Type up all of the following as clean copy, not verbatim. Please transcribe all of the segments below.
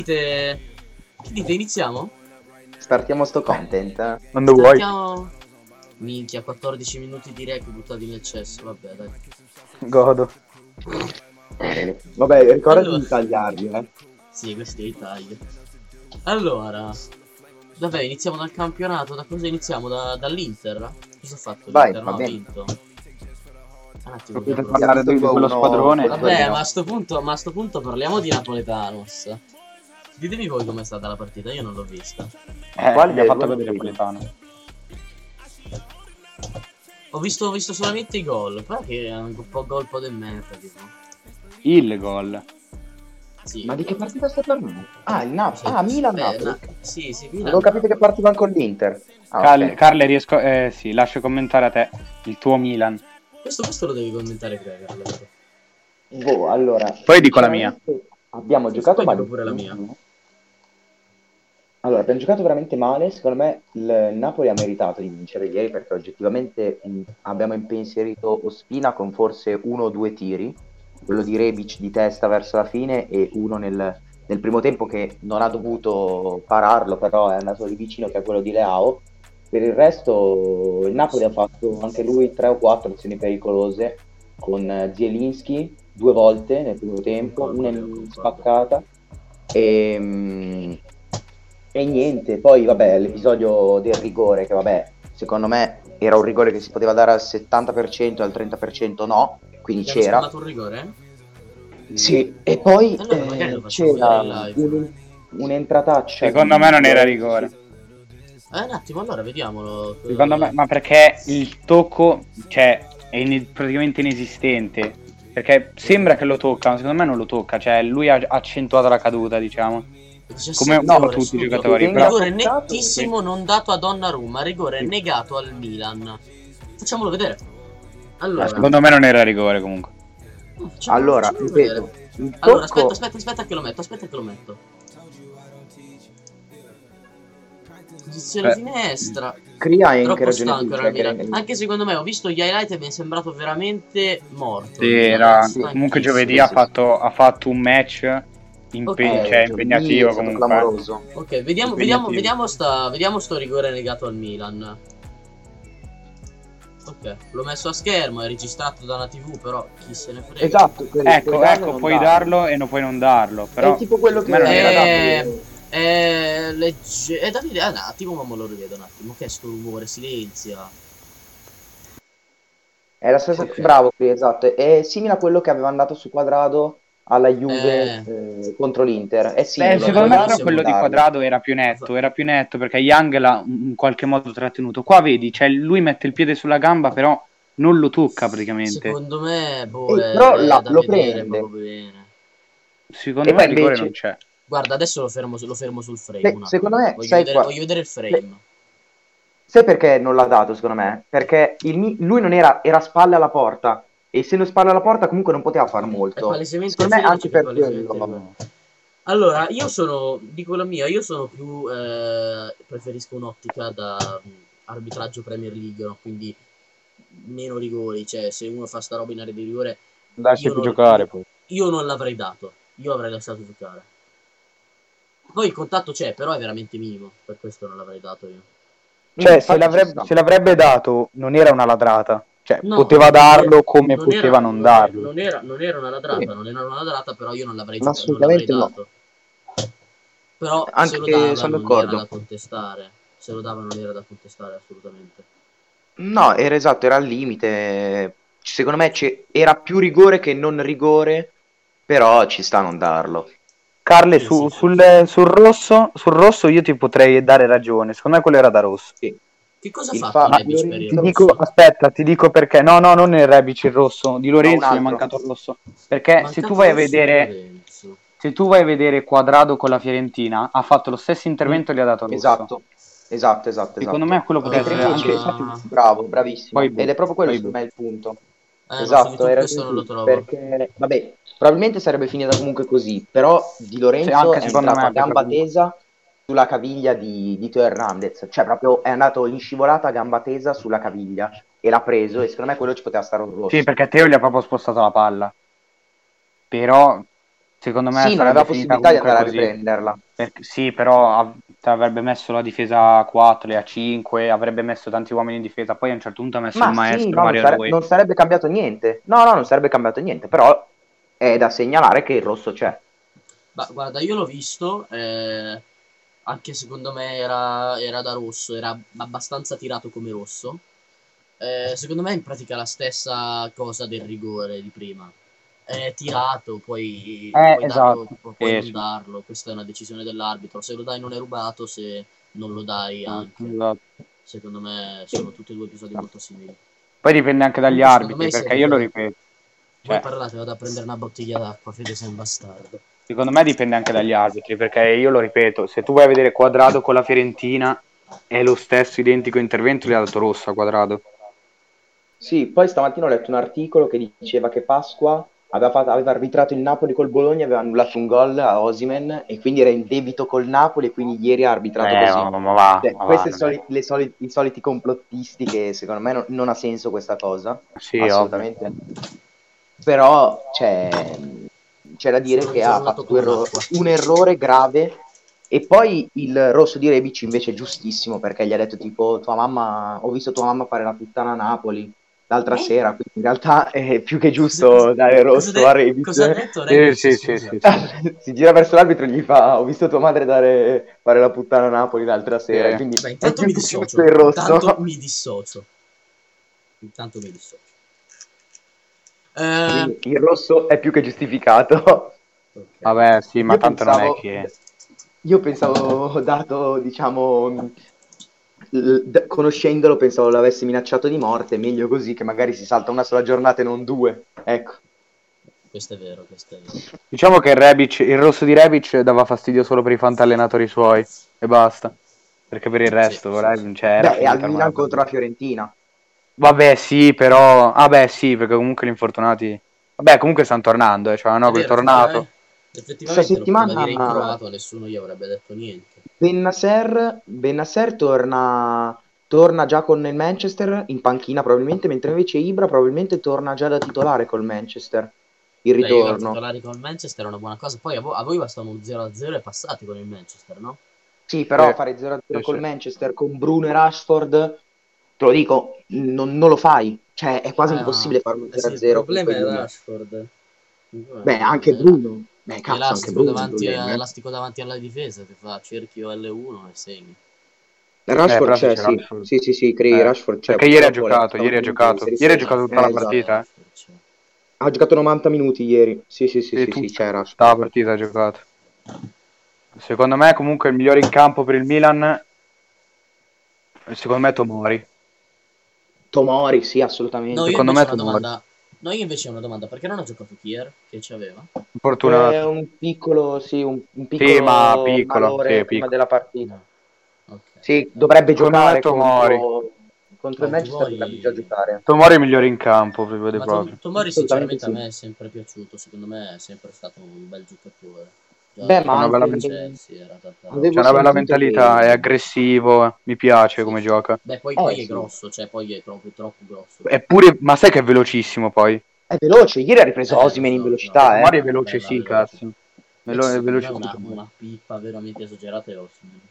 Che dite, iniziamo? Startiamo sto content. Quando vuoi. Startiamo... Minchia, 14 minuti di rec buttati nel cesso, vabbè dai. Godo. Vabbè, ricordati Allora. di tagliarli, Sì, questi li taglio. Allora, vabbè, iniziamo dal campionato. Da cosa iniziamo? Dall'Inter? Cosa ha fatto Vai, l'Inter? va No, ha bene. vinto. Un attimo, Potete vediamo. parlare di quello squadrone. Vabbè, ma a sto punto parliamo di Napoletanos. Ditemi voi com'è stata la partita, io non l'ho vista. Quale Mi ha fatto dei due vedere primi? Napoletano. Ho visto solamente i gol, però che è un po' gol po' del merda, tipo. Il gol. Sì. Ma di che partita stai parlando? Ah, il Napoli. Cioè, Ah, Milan-Napoli. Sì, Avevo capito che partivano con l'Inter. Ah, ok. Carle, riesco. Sì, lascio commentare a te. Il tuo Milan. Questo lo devi commentare, Gregor. Boh, allora. Poi dico la mia. Abbiamo Sì, giocato poi dico pure la mia. Allora, abbiamo giocato veramente male. Secondo me il Napoli ha meritato di vincere ieri perché oggettivamente abbiamo impensierito Ospina con forse uno o due tiri, quello di Rebic di testa verso la fine e uno nel primo tempo che non ha dovuto pararlo, però è andato lì vicino, che è quello di Leao. Per il resto il Napoli ha fatto anche lui 3 o 4 azioni pericolose con Zielinski 2 volte nel primo tempo, una in spaccata e niente. Poi vabbè, l'episodio del rigore, che vabbè, secondo me era un rigore che si poteva dare al 70%, al 30% no, quindi Ti hanno c'era. spalmato un rigore? Sì, e poi Allora magari lo facciamo c'era vedere in live. un'entrataccia Secondo me non era rigore. Un attimo, allora vediamolo. Secondo me, ma perché il tocco, cioè, è praticamente inesistente. Perché sembra che lo tocca, ma secondo me non lo tocca. Cioè, lui ha accentuato la caduta, diciamo. 17 Come un po' ore, tutti i studio. giocatori. Rigore Però nettissimo non dato a Donnarumma, rigore negato al Milan. Facciamolo vedere. Allora, secondo me non era rigore comunque. allora, facciamolo ripeto, vedere. il Allora, tocco aspetta che lo metto. Posizione finestra. Cria anche Troppo ragione stanco tu, era cioè il che Milan. Anche secondo me, ho visto gli highlight e mi è sembrato veramente morto. Sì, il Milan, era stanchissimo. comunque giovedì Sì, ha sì. fatto un match Giovedì impegnativo è stato comunque. clamoroso. Ok, vediamo sto rigore negato al Milan. Ok, l'ho messo a schermo, è registrato da una TV, però chi se ne frega. Esatto, puoi darlo o non Puoi darlo e non puoi non darlo, però è tipo quello che secondo me non era Davide, un attimo, ma me lo rivedo un attimo. Che è sto rumore? Silenzia. è la stessa, Ok. bravo, sì, esatto, è simile a quello che aveva andato su Quadrado alla Juve contro l'Inter. È simile, secondo puoi me darlo però o quello non di darlo. Quadrado era più netto perché Young l'ha in qualche modo trattenuto. Qua vedi, cioè lui mette il piede sulla gamba, però non lo tocca praticamente. Secondo me, Però è da lo vedere prende. proprio bene. Secondo E me poi il rigore non invece, c'è. Guarda, adesso lo fermo sul frame un secondo attimo. me, sai Voglio vedere il frame. sai perché non l'ha dato, secondo me? Perché lui non era a spalle alla porta, e essendo spalle alla porta comunque non poteva far È molto. palesemente, Secondo me Fede anche dice che è per palesemente rigore. quello. Allora, dico la mia, io sono più, preferisco un'ottica da arbitraggio Premier League, no? Quindi meno rigori, cioè se uno fa sta roba in area di rigore, Lascia io più non, giocare poi. io non l'avrei dato, io avrei lasciato giocare. Poi il contatto c'è, però è veramente minimo, per questo non l'avrei dato io. Cioè, Infatti ci sta. se l'avrebbe dato, non era una ladrata. Cioè, No, poteva darlo come poteva non darlo. non era una ladrata, Sì, non era una ladrata, però io non l'avrei ma non l'avrei assolutamente no. dato. Però se lo Anche dava sono non era d'accordo. da contestare. Se lo dava non era da contestare assolutamente. No, era esatto, era al limite. Secondo me era più rigore che non rigore, però ci sta a non darlo. Carle, Sì, sì, sì. sul rosso io ti potrei dare ragione. Secondo me quello era da rosso. Sì. Che cosa ha Il fatto fa Ma di Rebic per il ti Lorenzo, dico, rosso? aspetta, ti dico perché. No, non il Rebic il rosso. Di no, un Lorenzo gli è altro. mancato il rosso. Perché Mancato rosso di Lorenzo. se tu vai a vedere Quadrado con la Fiorentina, ha fatto lo stesso intervento e gli ha dato il rosso. Esatto, esatto, Secondo me esatto. quello poteva Mentre essere anche, invece, infatti, bravo, poi bravissimo. Ed boh, è proprio quello poi secondo boh. me il punto. No, su Esatto, YouTube hai questo ragione non lo tu. trovo. Perché, vabbè, probabilmente sarebbe finita comunque così, però Di Lorenzo Anche è secondo entrato a me, perché gamba comunque... tesa sulla caviglia di Teo Hernandez. Cioè, proprio è andato in scivolata a gamba tesa sulla caviglia e l'ha preso, e secondo me quello ci poteva stare un Sì, rosso. perché Teo gli ha proprio spostato la palla. Però Secondo me Sì, non sarebbe aveva finita possibilità di comunque andare a così. riprenderla. Sì, però avrebbe messo la difesa a 4 e a 5, avrebbe messo tanti uomini in difesa, poi a un certo punto ha messo il Ma sì, maestro no, Mario Rui. non sarebbe cambiato niente. No, no, non sarebbe cambiato niente, però è da segnalare che il rosso c'è. Ma guarda, io l'ho visto, anche secondo me era da rosso, era abbastanza tirato come rosso. Secondo me è in pratica la stessa cosa del rigore di prima. È tirato, puoi darlo, Esatto. puoi non Sì. darlo, questa è una decisione dell'arbitro. Se lo dai non è rubato, se non lo dai anche. Esatto. Secondo me sono tutti e due episodi molto simili. Poi dipende anche dagli Comunque secondo arbitri, me perché siete io lo tre. ripeto. Voi Cioè, parlate, vado a prendere una bottiglia d'acqua, Fede sei un bastardo. secondo me dipende anche dagli arbitri, perché io lo ripeto, se tu vai a vedere Quadrado con la Fiorentina, è lo stesso identico intervento, gli ha dato rosso a Quadrado. Sì, poi stamattina ho letto un articolo che diceva che Pasqua aveva arbitrato il Napoli col Bologna, aveva annullato un gol a Osimhen e quindi era in debito col Napoli e quindi ieri ha arbitrato così. Cioè, Ma va, questi non è. i soliti complottisti che secondo me non ha senso questa cosa, Sì, ovvio. assolutamente. Però c'è da dire Sono che ha aggiornato fatto con l'acqua. un errore grave e poi il rosso di Rebic invece è giustissimo perché gli ha detto tipo tua mamma, ho visto tua mamma fare la puttana a Napoli l'altra sera, quindi in realtà è più che giusto dare rosso a Cosa ha Rebic. detto Rebic? Sì, Scusa. Si gira verso l'arbitro e gli fa ho visto tua madre fare la puttana a Napoli l'altra sera, Sì. quindi Beh, è intanto più mi che giusto dissocio. il Intanto rosso. mi dissocio. Intanto mi dissocio. Quindi il rosso è più che giustificato. Ok. Vabbè, sì, ma Io tanto non è pensavo, che. io pensavo dato, diciamo, conoscendolo, pensavo l'avesse minacciato di morte, meglio così che magari si salta una sola giornata e non due. Ecco. Questo è vero, questo è vero. Diciamo che il rosso di Rebic dava fastidio solo per i fantallenatori suoi e basta. Perché per il Sì, resto, sì, sì. cioè, era Beh, è al finita ormai la Milan contro la partita. Fiorentina. Vabbè, sì, però. Vabbè, sì, perché comunque gli infortunati. Vabbè, comunque stanno tornando, cioè, no, È quel vero, tornato. Questa effettivamente lo poteva dire in settimana croato, nessuno gli avrebbe detto niente. Bennacer torna già con il Manchester in panchina probabilmente, mentre invece Ibra probabilmente torna già da titolare col Manchester. Il Beh, io ritorno. titolari con il Manchester è una buona cosa. Poi a voi basta uno 0-0 e passati con il Manchester, no? Sì, Sì, però fare 0-0 sì, col sì. Manchester con Bruno e Rashford, te lo dico, non lo fai. Cioè, è quasi Ah, impossibile fare uno eh sì, il 0-0 con problema è quei. Rashford. Il problema Beh, è anche quello, Bruno. Beh, cazzo, anche Bruno è un problema, eh. elastico davanti alla difesa, che fa cerchio L1 e segni. Rashford Però se c'è, c'è sì. Rashford. Sì, sì, sì, Rashford c'è. Perché ieri ha Purtroppo giocato, ieri ha stamattina giocato. ieri Ieri ha sera. giocato tutta la Esatto. partita, eh. Rashford c'è. Ha giocato 90 minuti ieri. Sì, sì, sì, Sì, sì, sì, c'è tutta Rashford. la partita ha giocato. Secondo me, comunque, il migliore in campo per il Milan, secondo me, è Tomori. Tomori, sì, No, io assolutamente. Secondo me, invece è ho una Tomori. domanda. No, io invece ho una domanda. Perché non ha giocato Kier, che c'aveva? È Infortunato. un piccolo, sì, un Sì, ma piccolo piccolo, sì, malore prima piccolo. della partita. No. Ok, Sì, ok. dovrebbe Secondo me, giocare Tomori. contro il No, Manchester, dovrebbe già giocare. Tomori è il migliore in campo, si vede Ma proprio. Tomori Assolutamente sinceramente a sì. me è sempre piaciuto. Secondo me è sempre stato un bel giocatore. Già Beh, dai ma C'ha una tempi bella, del anche Chelsea era tanta roba. c'ha avevo una bella sentito mentalità, è che. aggressivo, mi piace Sì, come sì. gioca. Beh, poi è Sì, grosso, cioè poi è proprio troppo grosso. Eppure, ma sai che è velocissimo poi? è veloce. Ieri ha ripreso Lo Osimhen in so, lo so. velocità, Tomori è Una veloce, bella sì, velocità. cazzo. Invece È secondo me è velocissimo. una pippa veramente esagerata è Osimhen.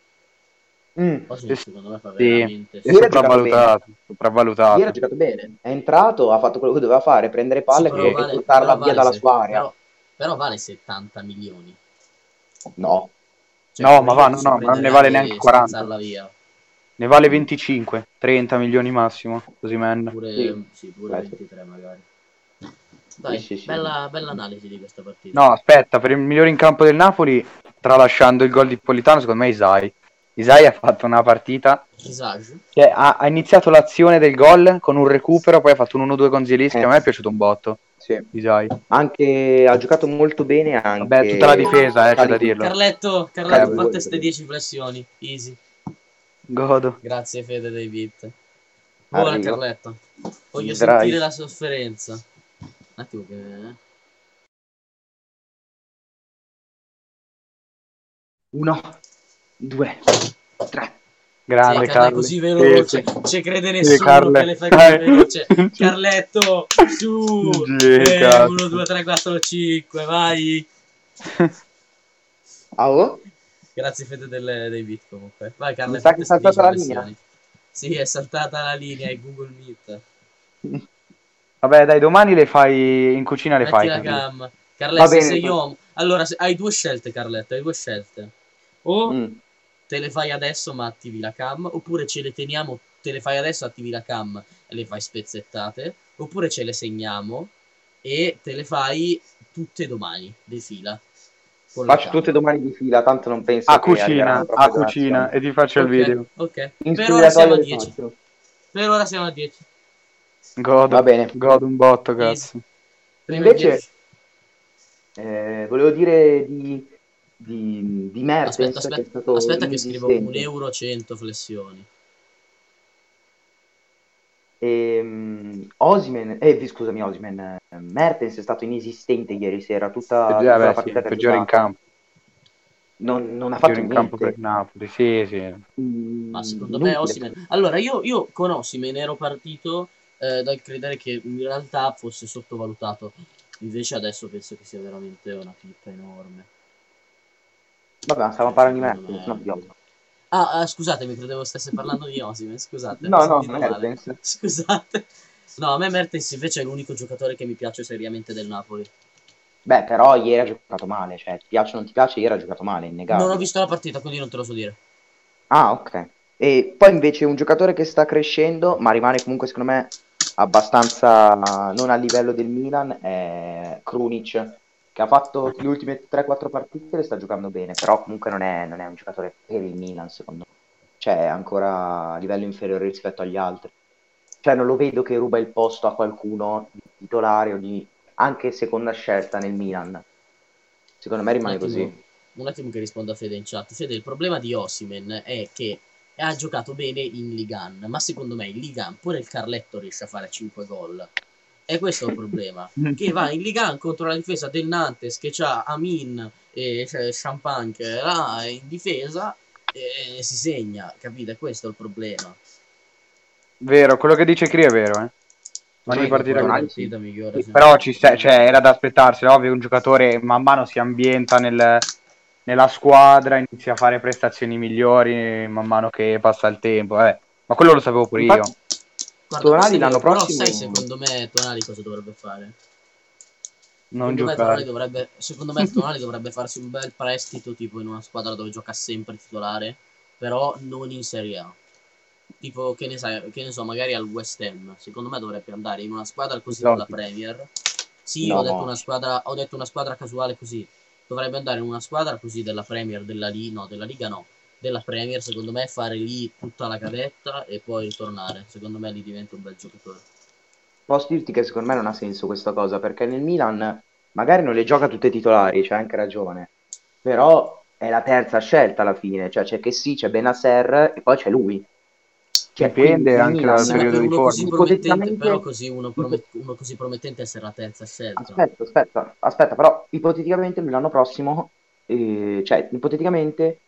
Mm. Osimhen secondo me fa Sì, veramente è Ieri ha giocato bene. sopravvalutato, Ieri ha sopravvalutato. giocato bene. È entrato, ha fatto quello che doveva fare, prendere Sì, palle e portarla via dalla sua area. però vale 70 milioni. No. Cioè, No, pure ma io va, no, posso no, ma non prendere ne vale neanche e 40. spazzarla via. Ne vale 25, 30 milioni massimo, così men. Sì. Pure Beh, sì. 23 magari. Sì, Dai, sì, sì. bella analisi di questa partita. No, aspetta, per il migliore in campo del Napoli, tralasciando il gol di Politano, secondo me Isai. Isai ha fatto una partita, Visage? cioè, ha iniziato l'azione del gol con un recupero, poi ha fatto un 1-2 con Zielinski, a me è piaciuto un botto, Sì. Isai. Anche, ha giocato molto bene Vabbè, tutta la anche difesa, c'è da Calulu. dirlo. Carletto, Beh, fatte Calulu. ste 10 flessioni. Easy. godo. Grazie Fede dei beat. Buona Arrivo. Carletto. Voglio Drai. sentire la sofferenza. Un attimo che. 1, 2, 3. Sì, Grande Carle è Carle. così Sì, veloce. sì. Ci crede Sì, nessuno che Carle. le fai così veloce. Carletto, su. Sì, cazzo. 1, 2, 3, 4, 5, vai. Ah, oh? Grazie Fede dei bit comunque. Vai Mi Carla, sa che è saltata la linea. flessioni. Sì, è saltata la linea ai Google Meet. Vabbè, dai, domani le fai in cucina, le Metti fai la così. cam. Va Carletta, se bene. sei uomo... Allora, hai due scelte, Carletta, hai due scelte. O Mm. te le fai adesso ma attivi la cam, oppure ce le teniamo, te le fai adesso, attivi la cam e le fai spezzettate, oppure ce le segniamo e te le fai tutte domani, di fila, con la Faccio cam. tutte domani di fila, tanto non penso che arriveranno A troppe cucina, donazioni. e ti faccio il Ok, video. ok. In Per ora siamo spogliatoio a le 10. faccio. Per ora siamo a 10. Godo, Va bene. godo un botto, Easy. cazzo. Premier Invece, 10. volevo dire di Aspetta, Mertens che è aspetta, stato aspetta che scrivo inesistente. 1,1 € flessioni. Osimhen, scusami, Osimhen, Mertens è stato inesistente ieri sera, tutta la Vabbè, sì, partita il che ha peggiore in giocato. campo. Non ha Peggiore fatto in campo per niente. il Napoli, sì, sì. Ma secondo me Inutile. Osimhen... Allora, io con Osimhen ero partito dal credere che in realtà fosse sottovalutato. Invece adesso penso che sia veramente una pippa enorme. Vabbè, ma stiamo Cioè, parlando di secondo Mertens, no me... di Osimhen. Scusatemi, credevo stesse parlando di Osimhen, scusate, ho No, no, sentito male. Mertens. Scusate. No, a me Mertens invece è l'unico giocatore che mi piace seriamente del Napoli. Beh, però ieri ha giocato male, cioè ti piace o non ti piace, ieri ha giocato male, è Non ho innegabile. visto la partita, quindi non te lo so dire. Ah, ok. E poi invece un giocatore che sta crescendo, ma rimane comunque secondo me abbastanza non a livello del Milan, è Krunic, che ha fatto le ultime 3-4 partite, le sta giocando bene, però comunque non è un giocatore per il Milan, secondo me. Cioè, è ancora a livello inferiore rispetto agli altri. Cioè, non lo vedo che ruba il posto a qualcuno di titolare o di anche seconda scelta nel Milan. Secondo me Un rimane attimo, così. un attimo che rispondo a Fede in chat. Fede, il problema di Osimhen è che ha giocato bene in Ligan, ma secondo me in Ligan pure il Carletto riesce a fare 5 gol. E questo è il problema. Che va in Ligan contro la difesa del Nantes che c'ha Amin e cioè, Champagne che là in difesa e si segna, capite? Questo è il problema. Vero, quello che dice Cri è vero, eh. Ogni Tonali dopo partita la che... Tonali sì. partita migliora Sì, sempre. però cioè, era da aspettarsi, ovvio, un giocatore man mano si ambienta nella squadra, inizia a fare prestazioni migliori man mano che passa il tempo, eh. Ma quello lo sapevo pure io. Infatti, Guarda, questo Tonali è vero, l'anno però prossimo. sai secondo me Tonali cosa dovrebbe fare? Non giocare. Secondo me Tonali dovrebbe farsi un bel prestito tipo in una squadra dove gioca sempre titolare, però non in Serie A. Tipo, che ne so, magari al West Ham. Secondo me dovrebbe andare in una squadra così della Esotico. Premier. Sì, No, ho detto una squadra casuale così. Dovrebbe andare in una squadra così della Premier, della Liga no, della Premier, secondo me fare lì tutta la gavetta e poi ritornare. Secondo me lì diventa un bel giocatore. posso dirti che secondo me non ha senso questa cosa, perché nel Milan magari non le gioca tutte titolari, c'è anche ragione, però è la terza scelta alla fine, cioè c'è che sì, c'è Benacer e poi c'è lui. Cioè, quindi Dipende il anche dal Sì, ma Milan periodo per di uno così forma. promettente, però ipoteticamente, così ipo- uno così promettente essere la terza scelta. aspetta, però ipoteticamente lui l'anno prossimo, cioè ipoteticamente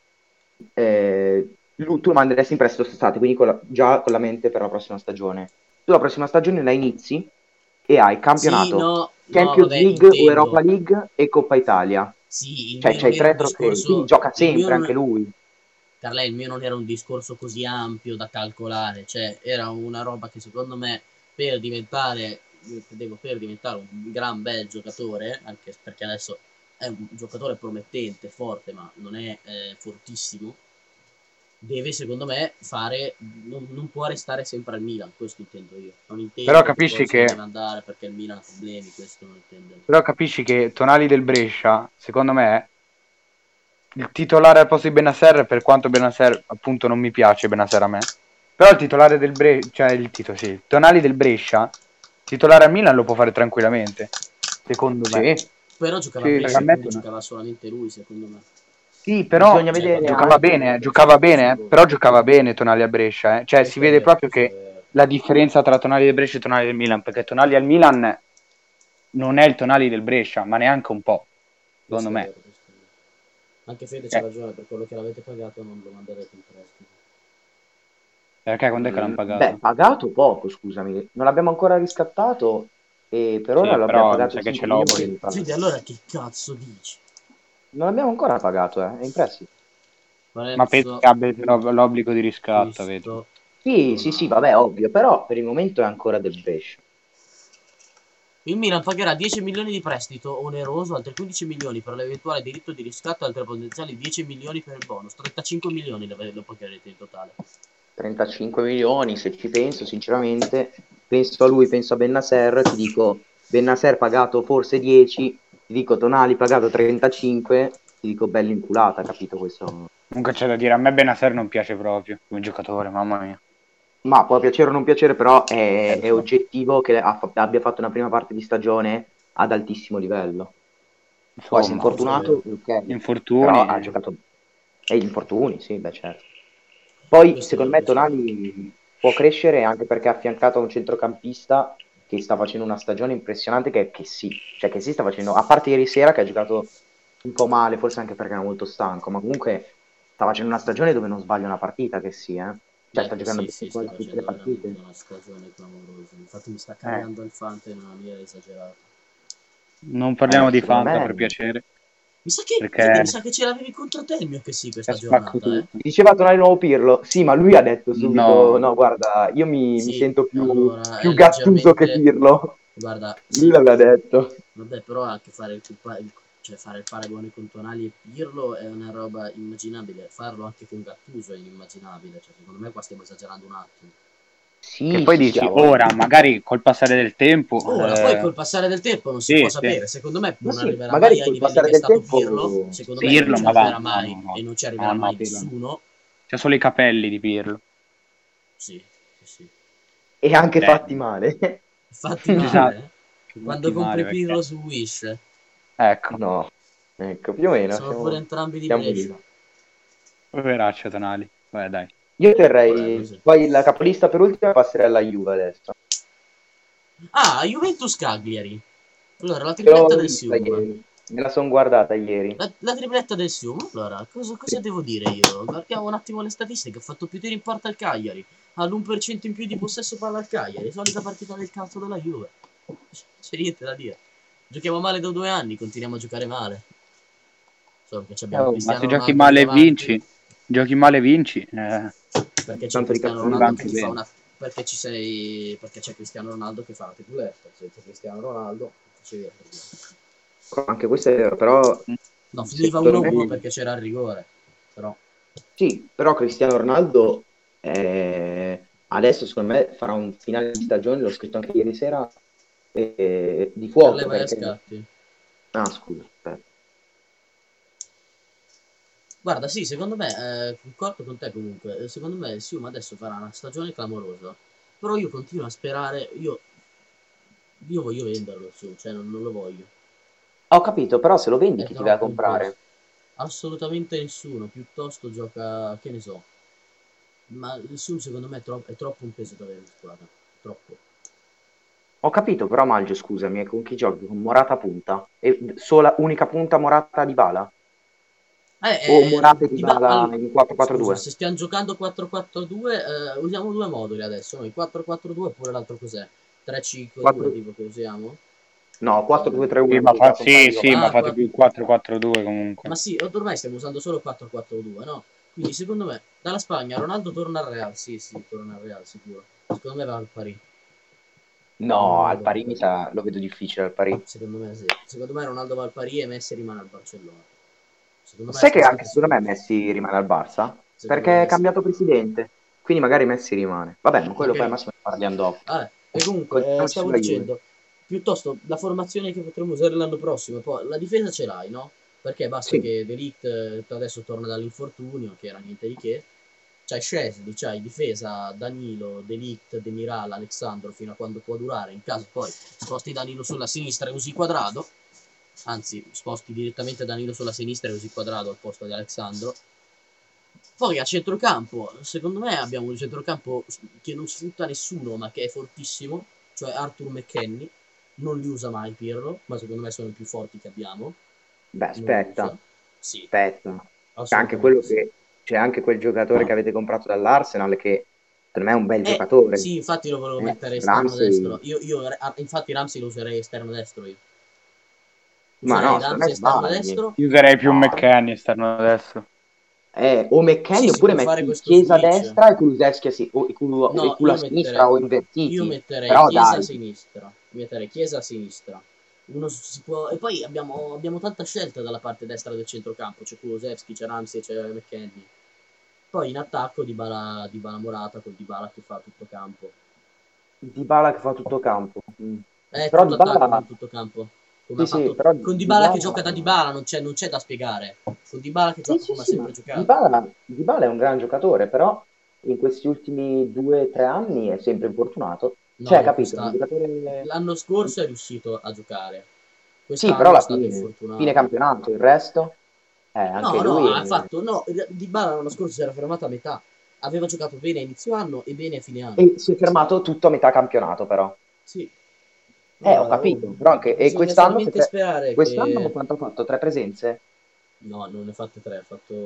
tu lo manderesti in prestito quest'estate, quindi già con la mente per la prossima stagione. Tu la prossima stagione la inizi e hai Sì, campionato, no, no, Champions vabbè, League o Europa intendo. League e Coppa Italia. Sì, il Cioè mio non c'hai era un tre trofei, quindi discorso. gioca Il mio sempre non, anche lui. Carla, il mio non era un discorso così ampio da calcolare, cioè era una roba che secondo me per diventare, per diventare un gran bel giocatore, anche perché adesso è un giocatore promettente, forte, ma non è fortissimo, deve secondo me fare, non può restare sempre al Milan, questo intendo io. Non Però intendo che capisci poi se ne che, deve andare perché il Milan ha problemi, questo non intendo. però capisci che Tonali del Brescia, secondo me, il titolare al posto di Benasser, per quanto Benasser appunto non mi piace Benasser a me, però il titolare del Brescia, cioè sì, il Tonali del Brescia, titolare al Milan lo può fare tranquillamente, secondo me. Sì, Però giocava a sì, Perché a Brescia, sì. me quindi giocava solamente lui, secondo me. Sì, però bisogna Cioè, vedere quando anche. giocava bene, Sì, però giocava bene Tonali a Brescia, eh. Cioè si questo è vede vero, proprio questo è che vero. la differenza tra Tonali del Brescia e Tonali del Milan, perché Tonali al Milan non è il Tonali del Brescia, ma neanche un po', secondo Questo è me. vero, questo è vero. Anche Fede c'ha Cioè, ragione, per quello che l'avete pagato non lo manderete in prestito. perché quando è che l'hanno Beh, pagato? pagato poco, scusami. Non l'abbiamo ancora riscattato e per ora Sì, lo abbiamo però mi pagato sa che ce 5 l'ho milioni, pure. mi pare. Fede, allora che cazzo dici? Non abbiamo ancora pagato, è in prestito. Ma penso Prezzo che abbia l'obbligo di riscatto, vedi? acquisto Sì, vabbè, Tonali. ovvio, però per il momento è ancora del Brescia. Il Milan pagherà 10 milioni di prestito oneroso, altri 15 milioni per l'eventuale diritto di riscatto, altri potenziali 10 milioni per il bonus. 35 milioni lo pagherete in totale. 35 milioni, se ci penso, sinceramente, penso a lui, penso a Bennacer, ti dico Bennacer pagato forse 10, ti dico Tonali pagato 35, ti dico bella inculata, capito questo? Comunque c'è da dire, a me Benacer non piace proprio come giocatore, mamma mia. Ma può piacere o non piacere, però Lo è so. oggettivo che abbia fatto una prima parte di stagione ad altissimo livello. Poi si è Insomma, Questo è vero. infortunato, ok, infortuni. però ha giocato. E gli infortuni, sì, beh certo. Poi, Questo è vero, secondo me, questo è vero. Tonali può crescere anche perché è affiancato a un centrocampista che sta facendo una stagione impressionante, che sì, cioè che sì sta facendo, a parte ieri sera che ha giocato un po' male, forse anche perché era molto stanco, ma comunque sta facendo una stagione dove non sbaglia una partita, che sì, eh. Cioè Beh, sta che giocando sì, bene sì, sta quasi tutte le facendo veramente partite. una stagione clamorosa. Infatti mi sta Eh, cagando il Fante in una maniera esagerata. non parliamo di Secondo Fanta me per piacere, Mi sa che, vedi, mi perché sa che ce l'avevi contro te il mio che sì è questa spacco giornata, eh. tutto. diceva Tonali nuovo Pirlo, sì, ma lui ha detto subito, No, no, guarda, io mi Sì, sento allora più è Gattuso che leggermente... Pirlo. Guarda, Lui sì, l'aveva detto. vabbè, però anche cioè fare il paragone con Tonali e Pirlo è una roba immaginabile. Farlo anche con Gattuso è inimmaginabile. Cioè, secondo me qua stiamo esagerando un attimo. che Sì, poi sì, sì, ha dici voglia. ora, magari col passare del tempo, Ora, poi col passare del tempo non si può sì, sì. sapere. Secondo me Ma non sì, arriverà mai magari ai col livelli passare che è del stato Pirlo. tempo. Secondo me non Pirlo, ci ma va, arriverà no, mai no, no, e non ci no, arriverà no, mai Pirlo no. nessuno. C'ha solo i capelli di Pirlo. Sì, sì, sì. E anche Cioè, fatti male. Fatti male, esatto, eh? Quando fatti male compri perché, Pirlo su Wish, ecco, No, ecco, più o meno sono pure siamo, entrambi di siamo lì. Brescia. poveraccio Tonali, vabbè dai. Io Vabbè, terrei, così. poi la capolista per ultima passerei alla Juve adesso. Ah, Juventus Cagliari. Allora, la Ce tripletta l'ho del vista Sium. ieri, me la sono guardata ieri. La tripletta del Sium. Allora, cosa devo dire io? Guardiamo un attimo le statistiche. Ha fatto più tiri in porta al Cagliari. Ha l'1% in più di possesso palla al Cagliari. Solita partita del cazzo della Juve. C'è niente da dire. Giochiamo male da 2 anni, continuiamo a giocare male. Solo che abbiamo Oh, Ma se Cristiano giochi Ronaldo lì male e davanti. vinci, giochi male e vinci, Perché c'è tanto di Cristiano non va Ronaldo capolista. che anche ti fa bene. una... Perché ci sei... Perché c'è Cristiano Ronaldo che fa la tripletta. Senza Cristiano Ronaldo, facevi la tripletta. Anche questo è vero, però No, finiva secondo 1-1 me perché c'era il rigore. Però... sì, però Cristiano Ronaldo adesso secondo me farà un finale di stagione, l'ho scritto anche ieri sera, di Per lei fuoco vai a perché. scatti. Ah, scusa, aspetta. Guarda, sì, secondo me, concordo con te comunque. Secondo me il Sium adesso farà una stagione clamorosa. Però io continuo a sperare. Io voglio venderlo su, cioè non lo voglio. Ho capito, però se lo vendi È chi ti vai a troppo un peso. comprare? Assolutamente nessuno. Piuttosto gioca, che ne so. Ma il Sium secondo me è troppo un peso da avere in squadra. Troppo. Ho capito, però Maggio, scusami, con chi giochi? Con Morata punta? E sola, unica punta Morata di Bala? O Morata e Dybala in Scusa, 4-4-2? se stiamo giocando 4-4-2, usiamo due moduli adesso. Noi 4-4-2 oppure l'altro cos'è? 3-5-2 4... tipo che usiamo? No, Eh, 4-2-3-1, quello che ha Sì, compagno sì, ma ah, fate più il 4-4-2 comunque. ma sì, ormai stiamo usando solo 4-4-2, no? Quindi secondo me dalla Spagna Ronaldo torna al Real. Sì, sì, torna al Real, sicuro. Secondo me va al Paris. No, al Ronaldo va al Paris Paris. lo vedo difficile al Paris. Secondo me sì. Secondo me Ronaldo va al Paris e Messi rimane al Barcellona. Secondo me Sai che sta anche secondo me statisticamente sì. Messi rimane al Barça? Secondo Perché è me sì. cambiato presidente, quindi magari Messi rimane. Vabbè, ma quello poi al Perché massimo ne parliamo dopo. vabbè, e comunque, Concentriamoci stavo sulla Juve. dicendo, piuttosto la formazione che potremo usare l'anno prossimo, poi la difesa ce l'hai, no? Perché basta Sì, che De Ligt adesso torna dall'infortunio, che era niente di che. C'hai Scesni, c'hai difesa Danilo, De Ligt, Demiral, Alexandro fino a quando può durare. In caso poi sposti Danilo sulla sinistra e usi Quadrado. Anzi, sposti direttamente Danilo sulla sinistra e usi Quadrado al posto di Alexandro. Poi a centrocampo, secondo me abbiamo un centrocampo che non sfrutta nessuno, ma che è fortissimo, cioè Arthur McKennie. Non li usa mai Pirlo, ma secondo me sono i più forti che abbiamo. beh, Non li aspetta, usa. Sì, aspetta. C'è anche assolutamente quello sì. c'è anche quel giocatore che avete comprato dall'Arsenal che per me è un bel giocatore. Sì, infatti lo volevo mettere esterno destro. Ramsey, Infatti Ramsey lo userei esterno destro io. Ma Userei no, secondo me Ramsey esterno sbagli. destro. Io userei più No. McKennie esterno adesso. O McKennie Sì, si oppure può fare metti questo Chiesa a switch. destra e Kulusevski e No, Kulu a sinistra o io invertiti. metterei Però Chiesa a dai, sinistra. Metterei Chiesa a sinistra. Si può... E poi abbiamo tanta scelta dalla parte destra del centrocampo. C'è Kulusevski, c'è Ramsey, c'è McKennie. Poi in attacco Dybala Morata con Dybala che fa tutto campo. Dybala che fa tutto campo. È Però tutto attacco, Dybala, non tutto campo. Come sì ha sì, fatto però con Dybala che Dybala, gioca da Dybala, non c'è da spiegare. Con Dybala che sì gioca sì come ha sì, ma sempre giocato. Dybala è un gran giocatore, però in questi ultimi 2 o 3 anni è sempre infortunato. No, Cioè, capito, è un giocatore... l'anno scorso è riuscito a giocare. Sì, però Quest'anno è alla stato fine infortunato. campionato, il resto, anche No, lui... ha fatto. No, Dybala l'anno scorso si era fermato a metà. Aveva giocato bene a inizio anno e bene a fine anno. E si è fermato tutto a metà campionato, però. Sì. Ho Guarda, capito, però anche... E bisogna quest'anno, solamente sperare quest'anno che. quanto ha fatto? 3 presenze? No, non ne ha fatte tre,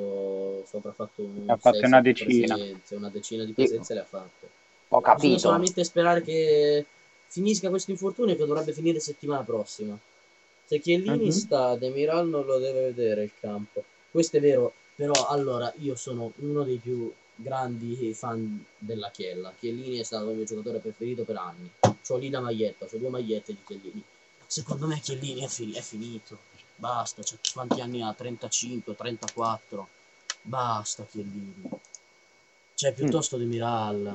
avrà fatto Ne ha un fatte una 6-7 decina. presenze, una decina di Sì, presenze le ha fatte. ho Bisogna capito. solamente sperare che finisca questo infortunio che dovrebbe finire settimana prossima. Se Chiellini Mhm. sta, Demiral non lo deve vedere il campo. Questo è vero, però allora io sono uno dei più grandi fan della Chiella. Chiellini è stato il mio giocatore preferito per anni. C'ho lì la maglietta, c'ho 2 magliette di Chiellini. Secondo me Chiellini è finito. Basta, quanti anni ha? 35, 34. Basta Chiellini. Cioè, Mm. piuttosto Demiral.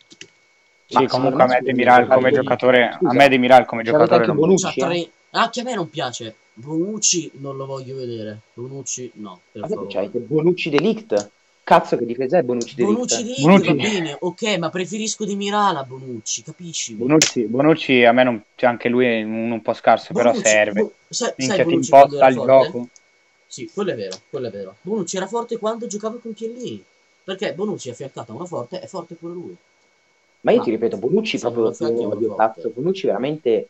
Sì, Ma secondo comunque me a me scusa, Demiral come Chiellini. giocatore, a me scusa, Demiral come ci avete giocatore anche non piace. C'ha Bonucci, eh? tre. Ah, che a me non piace. Bonucci non lo voglio vedere. Bonucci no, per Avete, favore. c'avete Bonucci Delict? Cazzo che difesa è Bonucci Bonucci Delict? di Ligt va Bonucci, bene, ok, ma preferisco Di Mirala a Bonucci, capiscimi? Bonucci a me non, cioè anche lui è un po' scarso, però Bonucci, serve. sai Minchia, ti Bonucci quando imposta era il forte? gioco. Sì, quello è vero, quello è vero. Bonucci era forte quando giocava con Chiellini, perché Bonucci è affiancato a uno forte, è forte pure lui. Ma io Ma ti ripeto, Bonucci se non lo proprio lo affianchi a uno odio, forte. cazzo. Bonucci veramente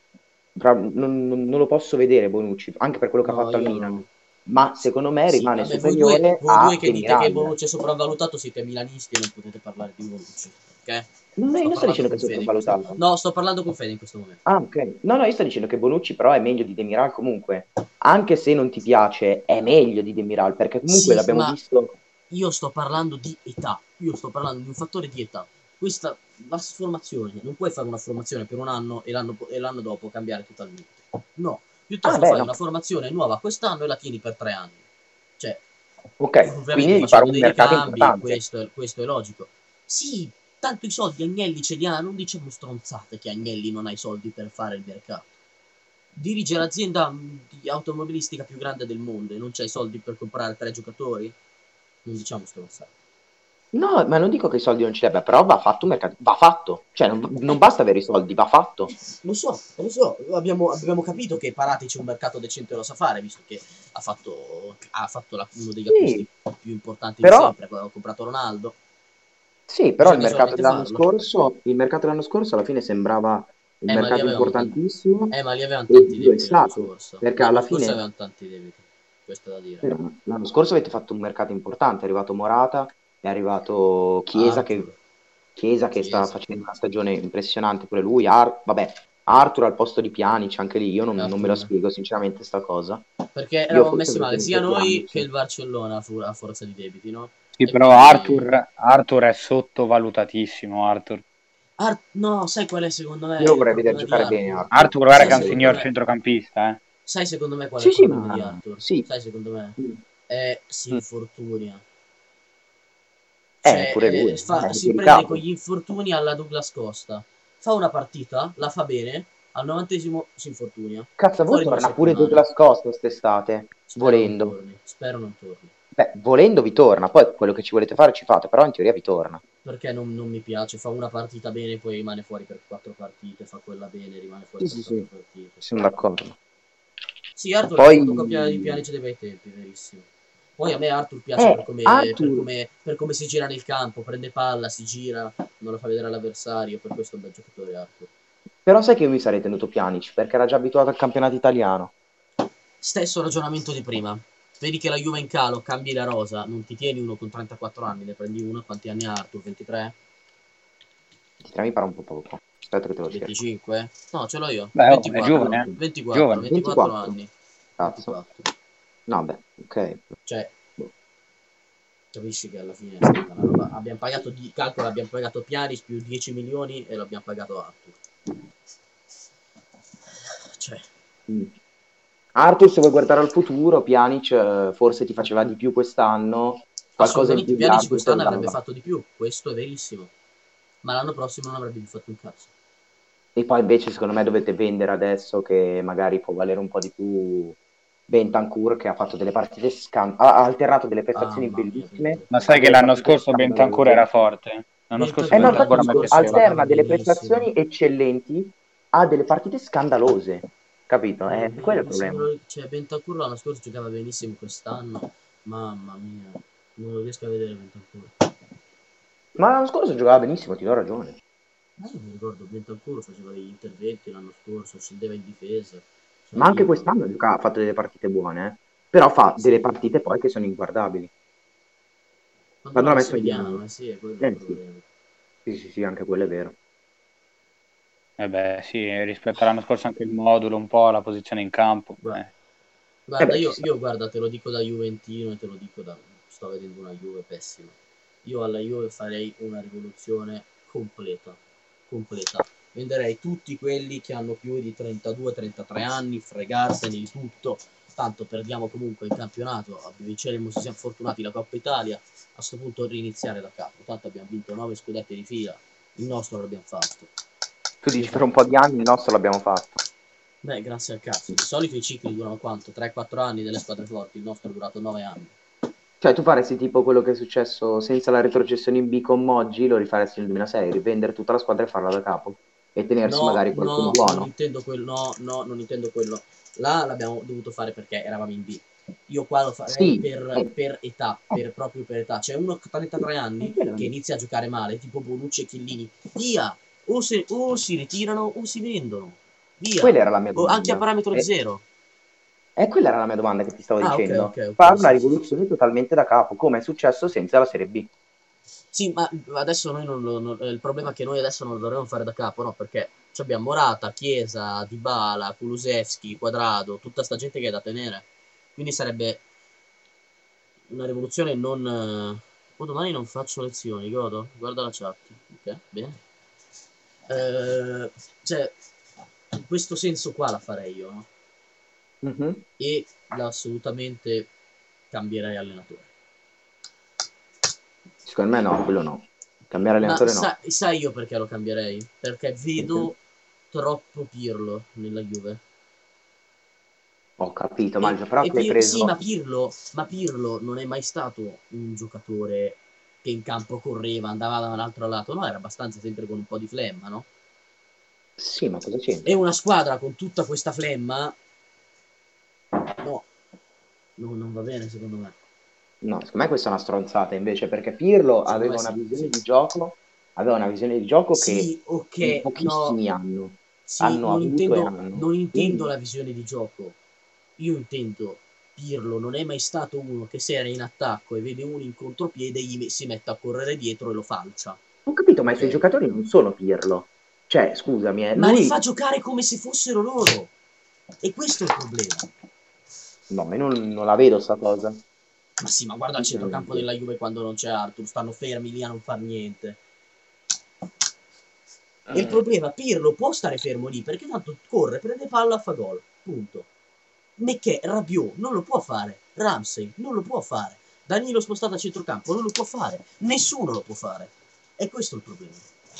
non lo posso vedere, Bonucci, anche per quello che ha No, fatto al io Milan. no. Ma secondo me Sì, rimane vabbè, superiore voi due a che dite che Demiral. Bonucci è sopravvalutato siete milanisti e non potete parlare di Bonucci, ok? Io Sto non sto parlando dicendo che è con Fede in questo momento. sopravvalutato. No, sto parlando con Fede in questo momento. Ah, ok. No, io sto dicendo che Bonucci però è meglio di Demiral comunque. Anche se non ti piace, è meglio di Demiral, perché comunque Sì, l'abbiamo ma visto. io sto parlando di età. Io sto parlando di un fattore di età. Questa la formazione, non puoi fare una formazione per un anno e l'anno dopo cambiare totalmente. No, Ah, piuttosto beh, fai no. una formazione nuova quest'anno e la tieni per 3 anni. Cioè, Ok, quindi ovviamente devi fare facendo un dei mercato ricambi, importante. questo è logico. Sì, tanto i soldi Agnelli ce li ha, non diciamo stronzate che Agnelli non ha i soldi per fare il mercato. Dirige l'azienda di automobilistica più grande del mondo e non c'ha i soldi per comprare 3 giocatori? Non diciamo stronzate. No, ma non dico che i soldi non ci abbia, però va fatto un mercato. Va fatto. Cioè, non basta avere i soldi, va fatto. Lo so, abbiamo capito che Paratici un mercato decente lo sa fare, visto che ha fatto uno degli acquisti Sì, più importanti di però, sempre, ha comprato Ronaldo. sì, però Bisogna solamente farlo. il mercato dell'anno scorso alla fine sembrava un Ma lì mercato avevamo tanti, importantissimo ma lì avevano e tanti lo è debiti l'anno stato, scorso. perché L'anno alla scorso fine avevano tanti debiti, questo è da dire. l'anno scorso avete fatto un mercato importante, è arrivato Morata, è arrivato Arthur, Chiesa che sta Chiesa, facendo una stagione impressionante pure lui, vabbè, Arthur al posto di Pjanic, anche lì io non me lo Arthur. spiego sinceramente sta cosa. Perché Io eravamo forse messi avrei male sia tenuto noi che Pjanic. il Barcellona a forza di debiti, no? Sì, E però quindi Arthur è sottovalutatissimo, Arthur. No, sai qual è secondo me Io il vorrei vedere problema di giocare bene Arthur? Arthur, Arthur guarda Sai che è un vorrei secondo signor vedere. me, centrocampista, eh. sai secondo me qual è Sì, il sì, problema di ma Arthur? sì. Sai secondo me? Mm. Si Mm. infortunia. Cioè, Pure lui, è si prende con delicato. gli infortuni alla Douglas Costa. Fa una partita, la fa bene, al 90° si infortunia. Cazzo, a voi Fuori una torna pure settimana. Douglas Costa quest'estate, Spero non volendo. torni, spero non torni. Beh, volendo vi torna, poi quello che ci volete fare ci fate, però in teoria vi torna. Perché non mi piace, fa una partita bene, poi rimane fuori per 4 partite, fa quella bene, rimane fuori Sì, per sì, quattro sì, partite. sono d'accordo. Sì, Arthur è la Poi, fotocopia di Pjanic dei bei tempi, verissimo. Poi a me Arthur piace Arthur, per come si gira nel campo, prende palla, si gira, non lo fa vedere all'avversario, per questo è un bel giocatore Arthur. però sai che io mi sarei tenuto Pjanic, perché era già abituato al campionato italiano. Stesso ragionamento di prima. Vedi che la Juve è in calo, cambi la rosa, non ti tieni uno con 34 anni, ne prendi uno, quanti anni ha Arthur? 23? 23 mi pare un po' poco. Aspetta che te lo cerco. 25? No, ce l'ho io. Beh, oh, è 24. giovane, 24, giovane. 24 24. anni. Cazzo. 24. No, beh, ok. Cioè, Boh. capisci che alla fine è stata una roba. Abbiamo pagato, calcola, abbiamo pagato Pjanic più 10 milioni e l'abbiamo pagato Arthur. Cioè, Mm. Arthur, se vuoi guardare al futuro, Pjanic forse ti faceva di più quest'anno, qualcosa in assolutamente più di Pjanic Arthur te lo quest'anno avrebbe dava. fatto di più, questo è verissimo. Ma l'anno prossimo non avrebbe più fatto un cazzo. E poi invece secondo me dovete vendere adesso che magari può valere un po' di più Bentancur che ha fatto delle partite ha alternato delle prestazioni Mamma mia, bellissime Ma a sai che delle l'anno partite scorso Bentancur era scandalose. forte? L'anno scorso No, Bentancur infatti Bentancur a l'anno me dico, scorso piaceva. giocava alterna delle benissimo. prestazioni eccellenti a delle partite scandalose, capito? Quello è il Se me problema. cioè, Bentancur l'anno scorso giocava benissimo quest'anno. Mamma mia, non lo riesco a vedere Bentancur. Ma l'anno scorso giocava benissimo, ti do ragione. Ma io mi ricordo Bentancur faceva degli interventi l'anno scorso, scendeva in difesa. Cioè, Ma anche io... quest'anno ha fatto delle partite buone, però fa delle Sì, partite poi che sono inguardabili. quando Quando l'ha l'ha messo messo in... mediano, sì, è quello il Sì. problema. Sì, sì, sì, anche quello è vero. Eh beh, sì, rispetto all'anno scorso anche il modulo, un po' la posizione in campo. Guarda, E guarda, beh, ci sta. io guarda, te lo dico da Juventino e te lo dico da... Sto vedendo una Juve pessima. Io alla Juve farei una rivoluzione completa. Completa. Venderei tutti quelli che hanno più di 32-33 anni, fregarsene di tutto. Tanto perdiamo comunque il campionato, vinceremo se siamo fortunati la Coppa Italia. A sto punto riniziare da capo. Tanto abbiamo vinto 9 scudetti di fila. Il nostro l'abbiamo fatto. Tu Io dici per un farei... po' di anni il nostro l'abbiamo fatto. Beh, grazie al cazzo. Di solito i cicli durano quanto? 3-4 anni delle squadre forti. Il nostro è durato 9 anni. Cioè, tu faresti tipo quello che è successo senza la retrocessione in B con Moggi, lo rifaresti nel 2006, rivendere tutta la squadra e farla da capo. E tenersi No, magari qualcuno no, non buono. intendo quello. No, no, non intendo quello. Là l'abbiamo dovuto fare perché eravamo in B. Io qua lo farei Sì, per età, proprio per età. C'è uno che ha 33 anni quello che inizia a giocare male, tipo Bonucci e Chiellini. Via! O si ritirano o si vendono. Via! quella era la mia O anche a domanda. parametro zero. E quella era la mia domanda che ti stavo Ah, ok, dicendo. ok, Fare ok, una sì, sì, sì. rivoluzione totalmente da capo, come è successo senza la Serie B. Sì, ma adesso noi il problema è che noi adesso non lo dovremmo fare da capo, no? Perché abbiamo Morata, Chiesa, Dybala, Kulusevski, Quadrado, tutta sta gente che è da tenere. Quindi sarebbe una rivoluzione non... Oh, domani non faccio lezioni, godo? Guarda la chat. Ok, bene. Cioè, in questo senso qua la farei io, no? Mhm. E assolutamente cambierei allenatore. Secondo me no, quello no. Cambiare Ma allenatore no. sai io perché lo cambierei? Perché Perché? vedo troppo Pirlo nella Juve. Ho capito, Maggio, però tu hai Sì, preso... ma Pirlo non è mai stato un giocatore che in campo correva, andava da un altro lato, no, era abbastanza sempre con un po' di flemma, no? Sì, ma cosa E c'entra? una squadra con tutta questa flemma, no, non va bene secondo me. No, secondo me questa è una stronzata invece, perché Pirlo Secondo me sì, sì. aveva una visione di gioco che Sì, in ok, no, pochissimi sì, hanno avuto e hanno. non intendo Quindi, la visione di gioco. Io intendo Pirlo non è mai stato uno che se era in attacco e vede uno in contropiede si mette a correre dietro e lo falcia. ho capito, ma i suoi Ok? giocatori non sono Pirlo. Cioè, scusami, Ma li lui... fa giocare come se fossero loro. E questo è il problema. No, io non la vedo sta cosa, Ma sì, ma guarda il centrocampo sinceramente. della Juve quando non c'è Arthur, stanno fermi lì a non far niente. E il problema, Pirlo può stare fermo lì perché tanto corre, prende palla, fa gol. Punto. Mecché, Rabiot non lo può fare. Ramsey non lo può fare. Danilo spostato a centrocampo non lo può fare. Nessuno lo può fare. E questo è il problema.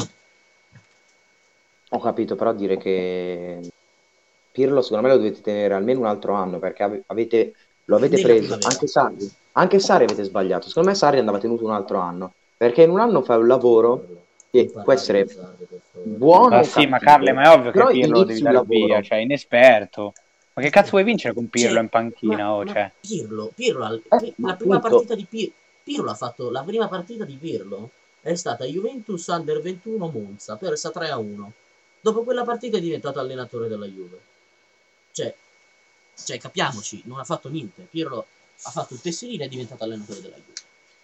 Ho capito, però dire che Pirlo secondo me lo dovete tenere almeno un altro anno, perché lo avete Nella preso, primavera. anche Sarri avete sbagliato. Secondo me Sarri andava tenuto un altro anno, perché in un anno fai un lavoro Non che può parlare di essere Sarri, per favore. buono Ma o sì, ma Carle, ma cattivo, è ovvio che però Pirlo lo devi inizi un dare via, lavoro. cioè, inesperto. Ma che cazzo vuoi vincere con Pirlo Cioè, in panchina? Oh, ma cioè. Pirlo, Ma la prima appunto, partita di Pirlo ha fatto la prima partita di Pirlo è stata Juventus Under 21 Monza, persa 3-1. Dopo quella partita è diventato allenatore della Juve. Cioè, capiamoci, non ha fatto niente. Pirlo ha fatto il tesserino e è diventato allenatore della Juve.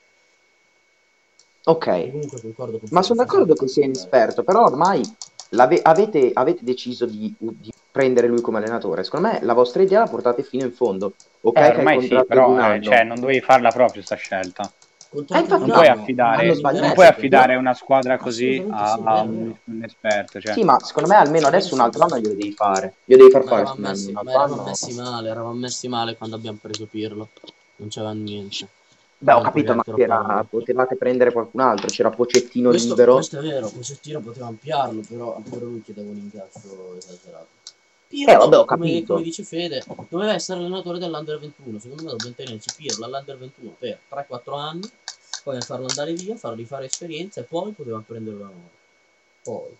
E ok, comunque concordo con ma te, sono fa sempre d'accordo che tanto sia cagare. inesperto, però ormai avete deciso di prendere lui come allenatore. Secondo me la vostra idea la portate fino in fondo. Ok, che hai Ormai sì, contratto di però un anno. cioè, non dovevi farla proprio sta scelta. Contratto di Infatti un Non puoi anno, ma non hanno affidare, mi non sbagliato. puoi interessa perché... affidare una squadra così Assolutamente sì, a vero, un vero. esperto. Cioè. Sì, ma secondo me almeno Va adesso un altro benissimo. anno glielo devi fare. Glielo devi far Ma fare eravamo secondo me almeno messi, un ma altro eravamo messi male quando abbiamo preso Pirlo. Non c'era niente. Beh, ho Abbiamo capito, ma pagato troppa roba. potevate prendere qualcun altro. C'era Pocettino Questo, libero. questo è vero, Pochettino poteva ampliarlo, però pure lui chiedeva un incasso esagerato. Pirlo, Vabbè, ho come capito. dice Fede, doveva essere allenatore dell'Under 21. Secondo me dobbiamo tenerci Pirlo all'Under 21 per 3-4 anni, poi farlo andare via, fargli fare esperienza e poi poteva prendere una nuova. Poi.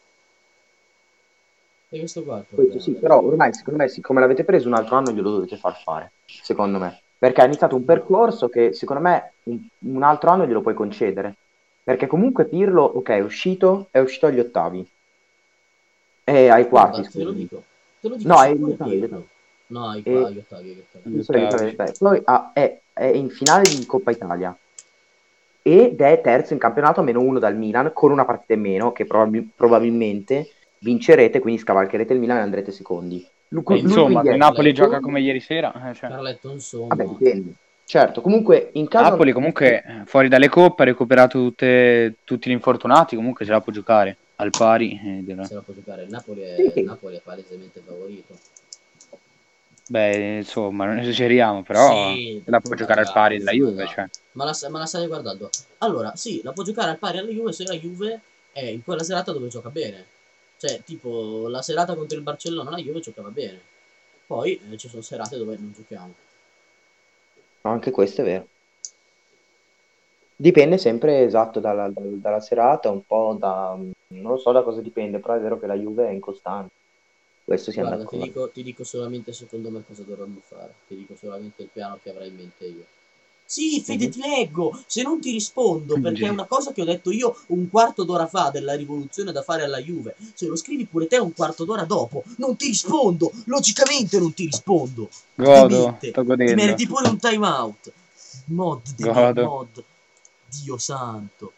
E questo qua è il Questo problema sì, della però Juve. ormai secondo me siccome l'avete preso un altro anno glielo dovete far fare, secondo me. Perché ha iniziato un No. percorso che secondo me un altro anno glielo puoi concedere. Perché comunque Pirlo, ok, è uscito agli ottavi. Ai quarti, Guarda, scusami. te lo dico No, su agli pure ottavi, agli Pirlo. ottavi. No, E, agli ottavi, agli ottavi. Agli sì, agli ottavi, agli ottavi. ottavi. Poi è in finale di Coppa Italia ed è terzo in campionato a -1 dal Milan con una partita in meno che probabilmente vincerete, quindi scavalcherete il Milan e andrete secondi. Lui Insomma, quindi se il è Napoli gioca secondo. come ieri sera, cioè. Carletto, Vabbè, insomma. dipende. Certo, comunque in caso. Napoli comunque fuori dalle coppe ha recuperato tutti gli infortunati, comunque se la può giocare al pari. Se la può giocare. Sì, Il sì. Napoli è palesemente favorito. Beh, insomma, non esageriamo, però Sì, se la può ma giocare al pari della ragazzi, ma Juve, dai. cioè. Ma la state guardando? Allora, sì, la può giocare al pari alla Juve se la Juve è in quella serata dove gioca bene. Cioè, tipo, la serata contro il Barcellona la Juve giocava bene. Poi ci sono serate dove non giochiamo. Anche questo è vero. Dipende sempre esatto dalla serata, un po' da. Non lo so da cosa dipende, però è vero che la Juve è incostante. Questo siamo Guarda, d'accordo. ti dico solamente secondo me cosa dovremmo fare. Ti dico solamente il piano che avrei in mente io. Sì, Fede, Mhm. ti leggo. Se non ti rispondo, perché è Sì. una cosa che ho detto io un quarto d'ora fa della rivoluzione da fare alla Juve. Se lo scrivi pure te un quarto d'ora dopo, non ti rispondo. Logicamente non ti rispondo. Godo, Demente. sto Ti godendo. meriti pure un time out. Mod di Godo. mod. Dio santo.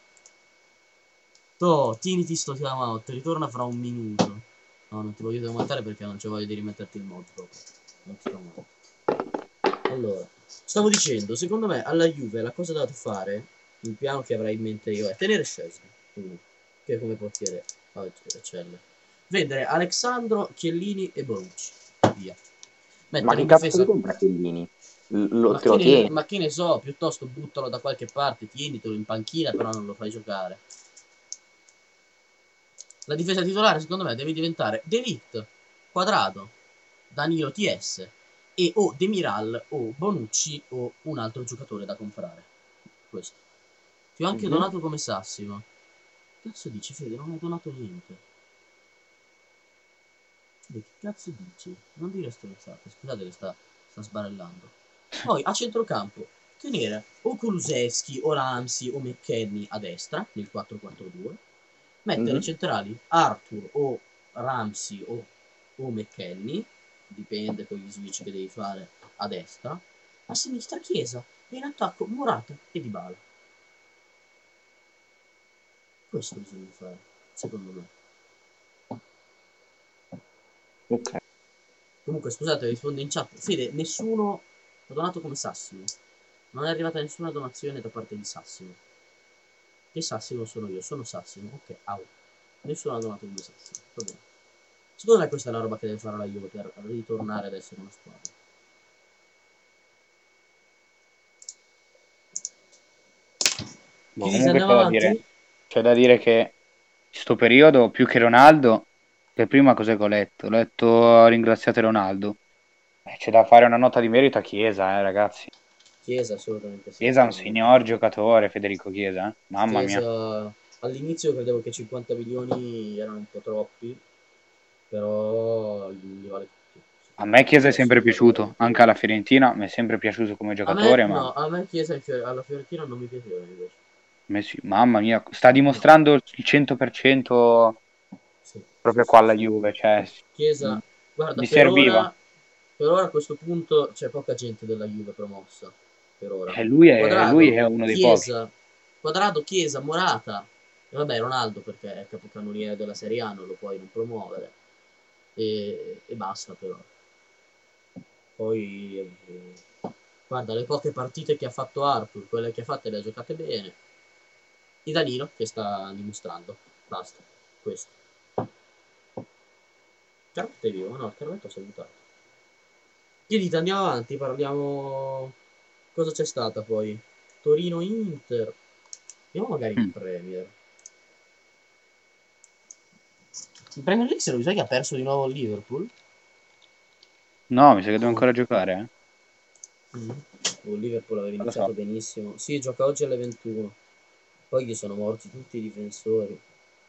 Toh, tieniti sto time out. Ritorna fra un minuto. No, non ti voglio domandare perché non c'ho voglia di rimetterti il mod proprio. Non sto male. Allora, stavo dicendo, secondo me alla Juve la cosa da fare, il piano che avrei in mente io è tenere Szczesny, che è come portiere eccelle. Vendere Alexandro, Chiellini e Bonucci. Via. Ma Mettere che in cazzo ti difesa. compra Chiellini? Te lo tieni? Ma che ne so, piuttosto buttalo da qualche parte, tienitelo in panchina, però non lo fai giocare. La difesa titolare, secondo me, deve diventare De Ligt, Quadrado, Danilo TS e o Demiral o Bonucci o un altro giocatore da comprare. Questo. Ti ho anche Mhm. donato come Sassimo. Che cazzo dici, Fede? Non hai donato niente. Fede, che cazzo dici? Non dire stronzate. Scusate che sta sbarellando. Poi a centrocampo tenere o Kulusevski o Ramsey o McKenny a destra nel 4-4-2, mettere Mhm. centrali Arthur o Ramsey o McKenny, dipende con gli switch che devi fare a destra, a sinistra Chiesa e in attacco Morata e Dybala. Questo bisogna fare, secondo me. Ok. Comunque, scusate, rispondo in chat. Fede, nessuno ha donato come Sassimo. Non è arrivata nessuna donazione da parte di Sassimo. Che Sassimo sono io? Sono Sassimo. Ok, au. Nessuno ha donato come Sassimo. Va bene. Secondo me questa è la roba che deve fare la Juve per ritornare ad essere una squadra. Boh, Chi dice comunque andiamo avanti? c'è da dire che in sto periodo, più che Ronaldo, per prima cos'è che ho letto? Ho letto ringraziate Ronaldo. C'è da fare una nota di merito a Chiesa, ragazzi. Chiesa, assolutamente sì, Chiesa è un assolutamente signor sì. giocatore, Federico Chiesa. Mamma mia. Chiesa, all'inizio credevo che 50 milioni erano un po' troppi, però gli vale tutti. A me Secondo me Chiesa è sempre adesso gli vale di piaciuto, più. anche alla Fiorentina mi è sempre piaciuto come giocatore, ma No, a me Chiesa alla Fiorentina non mi piaceva invece. mamma mia, sta No, dimostrando il 100% sì, sì, proprio qua sì, alla sì. Juve, cioè Chiesa, guarda, gli serviva. per ora a questo punto c'è poca gente della Juve promossa, per ora. Lui Quadrado, è uno dei pochi. Chiesa, Quadrado, Chiesa, Morata, e vabbè Ronaldo perché è capocannoniere della Serie A, non lo puoi non promuovere. e basta però. Poi guarda, le poche partite che ha fatto Arthur, quelle che ha fatte le ha giocate bene, e Danilo che sta dimostrando, basta, questo. Carletto è vivo? No, il Carletto si è mutato. Che dite, andiamo avanti, parliamo... Cosa c'è stata poi? Torino-Inter. Vediamo magari il Premier. Il Premier League, se lo sai che ha perso di nuovo il Liverpool? No, mi sa che devo ancora giocare, Il Liverpool aveva lo iniziato so. benissimo. Sì, gioca oggi alle 21. Poi gli sono morti tutti i difensori.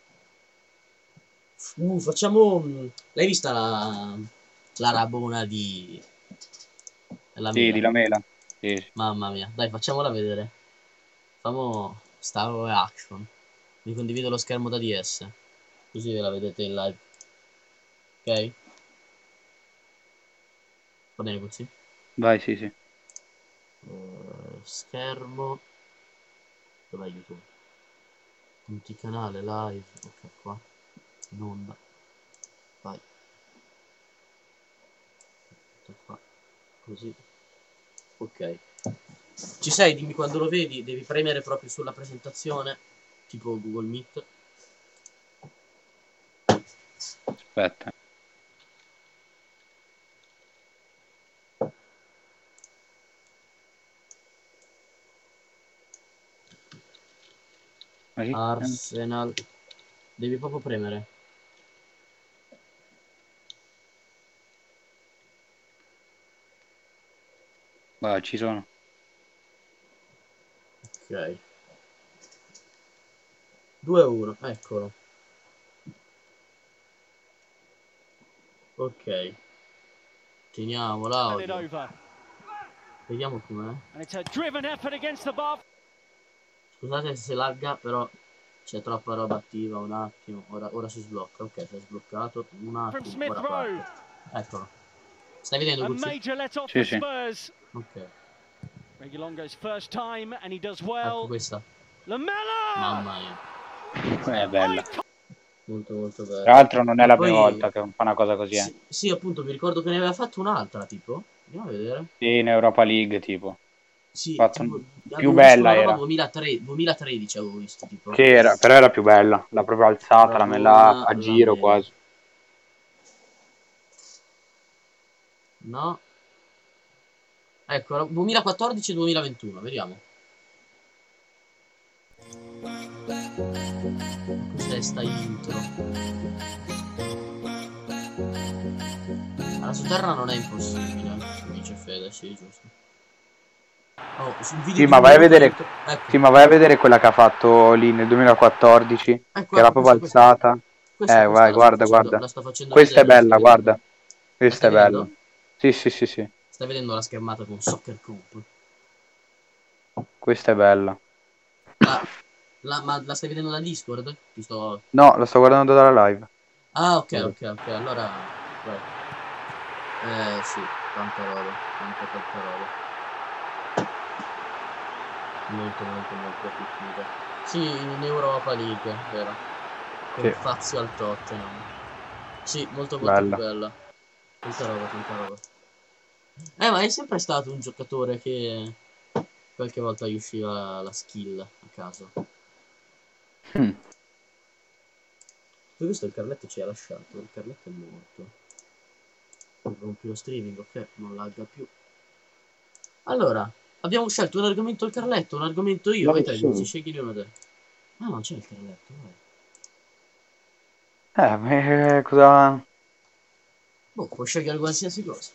Facciamo... L'hai vista la rabona di... La Sì, mela? di Lamela. Sì, sì. Mamma mia, dai, facciamola vedere. Facciamo Star Action. Vi condivido lo schermo da DS. Così ve la vedete in live. Ok? Va bene così? Vai, sì, sì. Schermo. Dov'è YouTube? Multicanale live. Ok, qua. In onda. Vai. Tutto qua. Così. Ok. Ci sei? Dimmi quando lo vedi. Devi premere proprio sulla presentazione. Tipo Google Meet. Aspetta. Ma chi? Arsenal. Devi proprio premere. Vai, ci sono. Ok. 2-1, eccolo. Ok. Teniamo l'audio. Vediamo com'è. Scusate se lagga, però c'è troppa roba attiva, un attimo. Ora si sblocca. Ok, si è sbloccato. Un attimo, ora parte. Eccolo. Stai vedendo così? Sì, sì. Ok. Ecco Ecco questa. Mamma mia. È bella. Molto molto Tra bella. l'altro non è E la prima poi... volta che fa una cosa così, Sì, sì, appunto, mi ricordo che ne aveva fatto un'altra, tipo. Andiamo a vedere. Sì, in Europa League, tipo. Sì, Fatto tipo, più avevo visto una bella roba era. 2013, avevo visto, tipo. Sì, però era più bella. L'ha proprio alzata, la mela Rabona, a la giro mela. quasi. No. Ecco, 2014-2021, vediamo. Cos'è sta intro? Alla sua terra non è impossibile, dice Fede, sì, giusto. Oh, sul video Sì, di ma vai a Nuno vedere, intro. Ecco, sì, ma vai a vedere quella che ha fatto lì nel 2014, ecco, che era ecco, proprio questa. alzata. Questa Vai, guarda, guarda. la sto facendo Questa è vedere, la stai bella, vedendo? guarda. La Questa stai è bella. vedendo? Sì, sì, sì, sì. Stai vedendo la schermata con Soccer Coop? Questa è bella. Ma la stai vedendo da Discord? Ti sto... No, lo sto guardando dalla live. Ah, ok, Ora. ok, ok, allora... Vai. Sì, tanta roba, tanta roba. Molto, molto, molto appiattita. Sì, in Europa League, vero? Con Sì, Fazio al Tottenham. Sì, molto, molto bella. bella. Tanta roba, tanta roba. Ma è sempre stato un giocatore che qualche volta gli usciva la skill a caso. Mm. Tu hai visto il Carletto ci ha lasciato? Il Carletto è morto. Non rompi lo streaming, ok? Non lagga più. Allora, abbiamo scelto un argomento il Carletto, un argomento io. Vai No, te, sì. dici, scegli uno te. Ah, non c'è il Carletto, vai. Cosa... Boh, puoi scegliere qualsiasi cosa.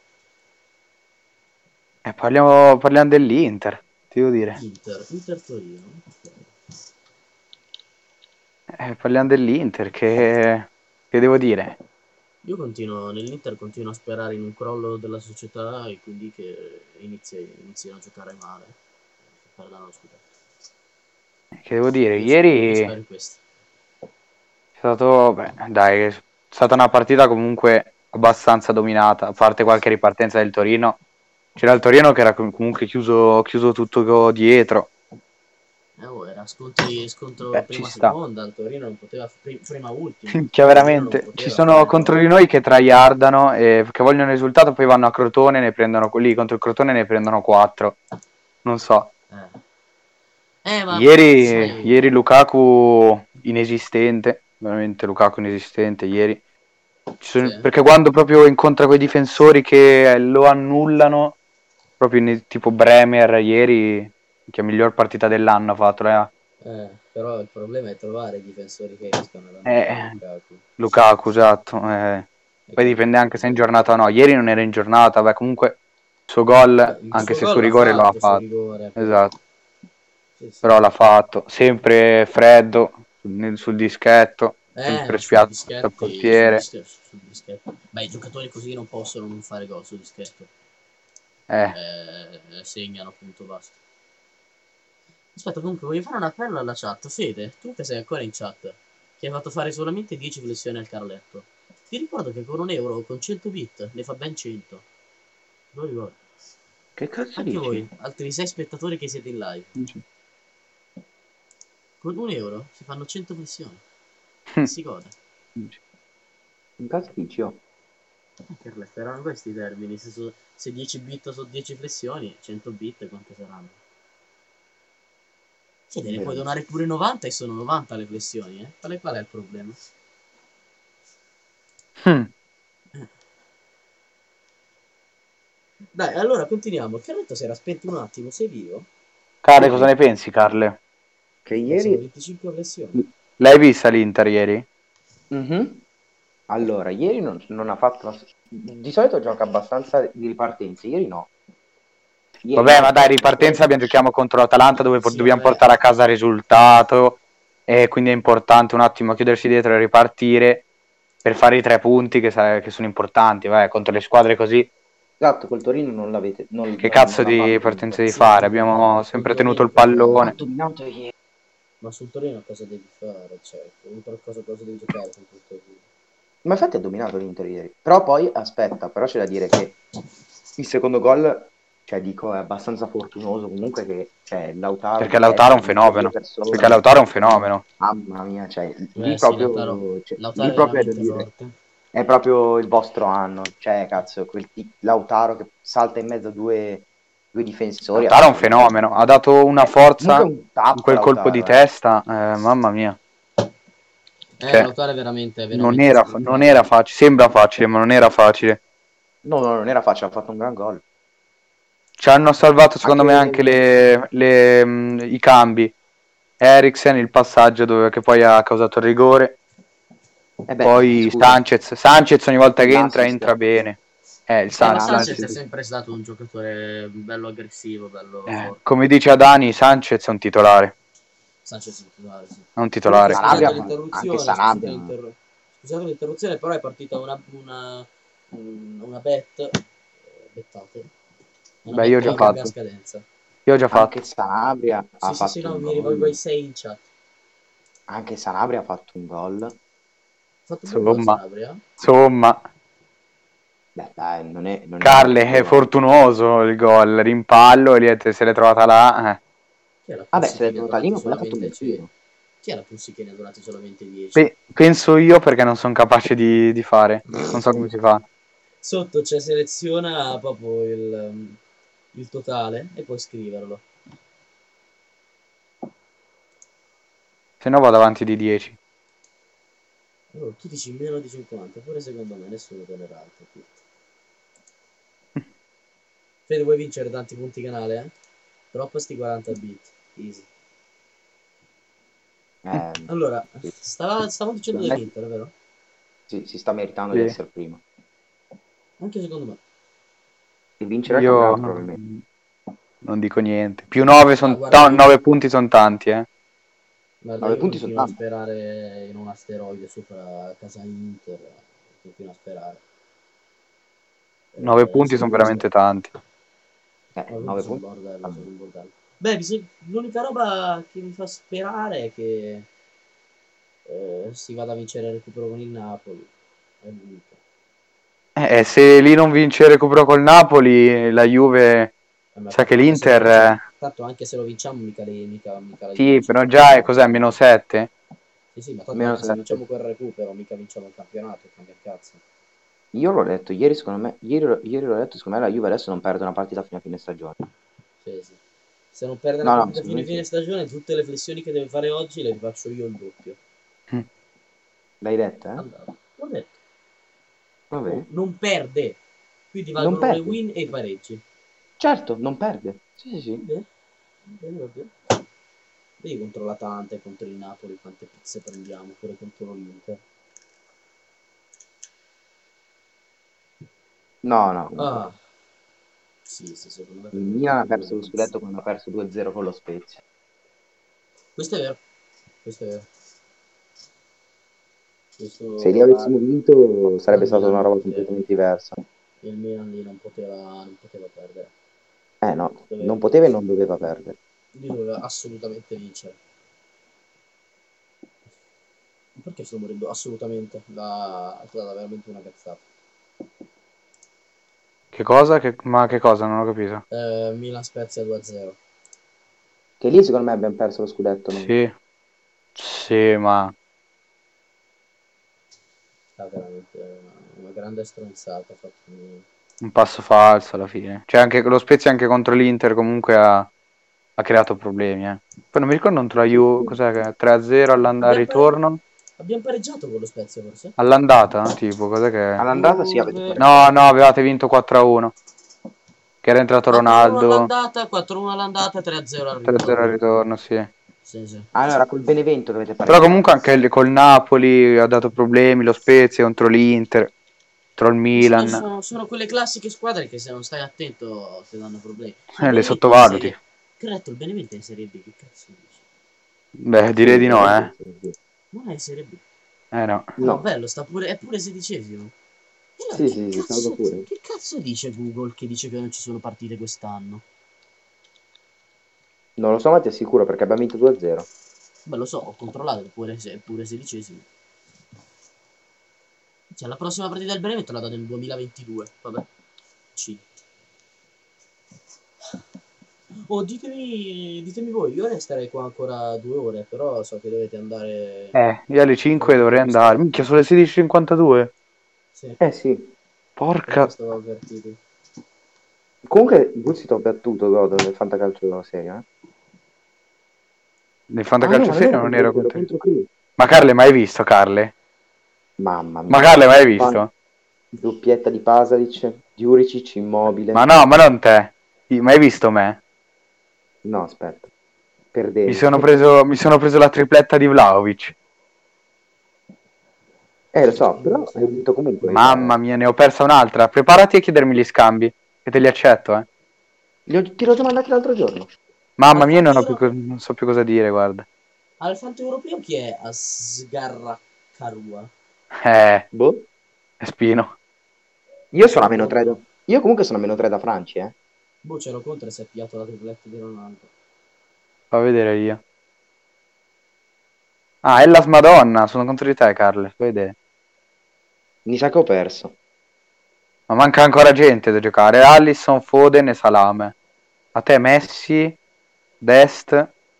parliamo dell'Inter, ti devo dire. Inter Torino. Ok. Parliamo dell'Inter, che devo dire? Io continuo, nell'Inter continuo a sperare in un crollo della società e quindi che inizino a giocare male. Perdano lo scudetto. Che devo dire? Io Ieri spero in questo. è stato, beh, dai, è stata una partita comunque abbastanza dominata, a parte qualche ripartenza del Torino. C'era il Torino che era comunque chiuso tutto dietro. Era scontro Beh, ci prima sta. seconda, il Torino non poteva prima ultimo. Cioè, veramente, ci sono contro di noi che tryhardano e che vogliono il risultato, poi vanno a Crotone e ne prendono quelli contro il Crotone e ne prendono 4. Non so. Ma Ieri sai, Lukaku inesistente, veramente Lukaku inesistente ieri. sì. Perché quando proprio incontra quei difensori che lo annullano, proprio tipo Bremer ieri, che è miglior partita dell'anno ha fatto. Però il problema è trovare i difensori che riescono ad annullare Lukaku. Lukaku, esatto. E Poi quello è il dipende anche se è in problema. giornata o no. Ieri non era in giornata, beh, comunque il suo gol, Il anche suo se gol su l'ha rigore lo ha fatto, su fatto. rigore, però. Esatto. Sì, sì. Però l'ha fatto. Sempre freddo sul dischetto, sempre Ma sui spiazzato al dischetti, portiere. sul dischetto. Beh, i giocatori così non possono non fare gol sul dischetto. Eh, Segnano, appunto, basta. Aspetta, comunque, voglio fare un appello alla chat. Fede, tu che sei ancora in chat, che hai fatto fare solamente 10 flessioni al Carletto. Ti ricordo che con €1 con 100 bit ne fa ben 100. Lo ricordo. Che cazzo Anche dici? voi, altri 6 spettatori che siete in live. Con €1 si fanno 100 flessioni. Si gode. Che cazzo dici? Oh? Carletto, erano questi i termini. Se 10 bit su 10 flessioni, 100 bit quante saranno? Sì, te ne puoi donare pure 90 e sono 90 le flessioni, eh? Qual è il problema? Dai, allora continuiamo. Carletto si era spento un attimo, sei vivo? Carle, cosa ne pensi, Carle? Che Sono ieri... 25 flessioni. L'hai vista l'Inter ieri? Mhm. Allora, ieri non ha fatto... Di solito gioca abbastanza di ripartenza, ieri no. Ieri Vabbè, no, ma dai, ripartenza perché... giochiamo contro l'Atalanta dove Sì, dobbiamo vabbè. portare a casa il risultato e quindi è importante un attimo chiudersi dietro e ripartire per fare i 3 punti che sono importanti, vai, contro le squadre così. Esatto, col Torino non l'avete... Che non cazzo l'ha di fatto partenza di l'Inter. Sì, ma fare? tu Abbiamo col sempre tenuto il Torino cosa... Ha pallone. dominato ieri. Ma sul Torino cosa devi fare? Cioè, cosa devi giocare con tutto Torino? Ma infatti ha dominato l'Inter ieri. Però poi, aspetta, però c'è da dire che il secondo gol, cioè dico, è abbastanza fortunoso comunque che c'è Lautaro Perché di Lautaro è testa, un contro due fenomeno. Perché persone. Lautaro è un fenomeno. Mamma mia, cioè, Sì, Lautaro lì è proprio è da veramente dire. forte. È proprio il vostro anno. Cioè, cazzo, Lautaro che salta in mezzo a due difensori ha Lautaro è un fatto una cosa. fenomeno. Ha dato una Comunque è forza un in tappo quel colpo di Lautaro, eh. testa. Mamma mia. Cioè, Lautaro è non veramente non sbrutale. era facile. Sembra facile, ma non era facile. No, no, non era facile, ha fatto un gran gol. Ci hanno salvato secondo me anche Anche i cambi. Eriksen, il passaggio che poi ha causato il rigore. eh beh, Poi scusa, Sanchez ogni volta che l'assist, entra bene. Ma Sanchez è l'assist. sempre stato un giocatore bello aggressivo, bello forte. Come dice Adani, Sanchez è un titolare. Sanchez è titolare, sì. È un Comunque, titolare. Sanabria, anche l'interruzione, Sanabria. scusate l'interruzione, però è partita una bet, bettate, una Beh, io ho bet già che cambia fatto. scadenza. Io ho già Anche fatto. Sanabria ha Sì, fatto no, un mi rivolgo gol. ai 6 in chat. Anche Sanabria ha fatto un gol. Ha fatto due gol Insomma, Sanabria? insomma. Beh, dai, non è Carle è niente. fortunoso il gol. Rimpallo e se l'è trovata là. Chi è la Vabbè, Pussi se l'è che ne ha tenuta lì, durati ma poi ha fatto un solamente bel tiro. Chi è la Pussi che ne ha durati solamente 10? Penso io perché non sono capace di fare. Non so come si fa. Sotto c'è seleziona proprio il totale e puoi scriverlo. Se no vado avanti di 10. Allora, tu dici meno di 50, pure secondo me nessuno donerà altro. Fede, vuoi vincere tanti punti canale, eh? Troppo sti 40 bit. Easy. Allora, Sì. stavamo dicendo Secondo me dell'Inter, vero? si sta meritando di Sì. essere primo. Anche secondo me. E vincerà il Io campionato probabilmente. non dico niente. Più 9 Ma guarda, 9 punti sono tanti, eh. guarda, 9 io punti sono continuo a tanti. sperare in un asteroide sopra casa Inter. Continuo a sperare. 9 punti sono Secondo me veramente tanti. 9 sono un punti. bordello, sono un bordello. Beh, l'unica roba che mi fa sperare è che si vada a vincere il recupero con il Napoli. È l'unica. Se lì non vince il recupero col Napoli, la Juve Ma sa che tanto l'Inter tanto anche se lo vinciamo mica la Sì, Juve ci però fa già è passare. cos'è, meno 7? Sì, ma tanto Meno anche se 7. vinciamo quel recupero, mica vinciamo il campionato, cambia il cazzo. Io l'ho detto, ieri secondo me, ieri l'ho detto, secondo me la Juve adesso non perde una partita fino a fine stagione. Sì, sì. Se non perde una No, no, partita secondo fine me sì. stagione, tutte le flessioni che deve fare oggi le rifaccio io il doppio. L'hai detta, eh? Allora, l'ho detto. Va bene. Non perde. Quindi Non valgono le perde. win e i pareggi. Certo, non perde. Sì, sì, sì. Va bene, va bene. Vedi contro l'Atalanta e contro il Napoli quante pizze prendiamo, pure contro l'Inter. No, no. Ah, sì, secondo me Il prendiamo Milan ha tutte perso quelle lo pizze. scudetto quando ha perso 2-0 con lo Spezia. Questo è vero. Questo è vero. Se lì Questo avessimo vinto la sarebbe stata Milan una non roba poteva. completamente diversa. Il Milan lì non poteva perdere. No, non Dove, poteva e non doveva perdere. lì doveva assolutamente vincere. Perché sto morendo? Assolutamente. È stata veramente una cazzata. Che cosa? Ma che cosa? Non ho capito. Milan Spezia 2-0. Che lì secondo me abbiamo perso lo scudetto noi. Sì, sì, ma È veramente una grande stronzata. un passo falso alla fine. Cioè, anche lo Spezia anche contro l'Inter comunque ha creato problemi, eh. Poi non mi ricordo contro la Sì, Juve, sì. cos'è che è? 3-0 al Abbiamo, pare- ritorno. abbiamo pareggiato con lo Spezia forse? All'andata, tipo, cos'è che è? All'andata sì avete No, pareggiato. no, avevate vinto 4-1. Che era entrato 4-1 Ronaldo. all'andata, 4-1 all'andata, 3-0 al 3-0 al ritorno. ritorno, sì. Sì, sì. Allora, col Benevento che avete Però comunque pareggiato. anche col Napoli ha dato problemi, lo Spezia contro l'Inter, contro il Lo so, Milan. sono quelle classiche squadre che se non stai attento ti danno problemi. Cioè, il Le Benevento è in sottovaluti. serie. Corretto, il Benevento è in serie B, che cazzo dici? Beh, Sì, direi il di no, Benevento è eh. in Serie B. Non è in serie B. No. Ah, No. bello, è pure sedicesimo. E allora, Sì, sì, sì, salvo pure. che cazzo dice Google che dice che non ci sono partite quest'anno? Non lo so, ma ti assicuro perché abbiamo vinto 2-0. Beh, lo so, ho controllato, è pure sedicesimo. Cioè, la prossima partita del Benevento l'ha data nel 2022. Vabbè. C. Oh, ditemi voi, io resterei qua ancora 2 ore, però so che dovete andare Io alle 5 dovrei andare. presto. Minchia, sono le 16:52. Sì, Sì. perché Porca. stavo avvertito. Comunque, Buzzi ti ho battuto, Godo, nel fantacalcio serie, eh? Nel Ah no, fantacalcio ma non serio ero non contro ero te, ero contro. contro Chris. Ma Carle, mai visto, Carle? Mamma Ma mia. Carle, mai Qua, visto? doppietta di Pasalic, Juricic Ma immobile. no, ma non te. Mai visto me? No, aspetta. Mi Perdevi. sono preso la tripletta di Vlahovic. Lo so, però hai vinto comunque il... Mamma mia, ne ho persa un'altra. Preparati a chiedermi gli scambi, che te li accetto, eh. Ti l'ho già mandati l'altro giorno. Mamma Al mia, Fante, non so più cosa dire, guarda. al Fante europeo chi è Asgarra Karua? Boh. È Spino. Io sono a C'ero meno 3 contro. Io comunque sono a meno 3 da Franci, eh. Boh, c'ero contro e si è pigliato la tripletta di Ronaldo. Fa vedere io. Ah, Ellas Madonna, sono contro di te, Carle. Fai vedere. Mi sa che ho perso. Ma manca ancora gente da giocare. Alisson, Foden e Salame. A te Messi, Dest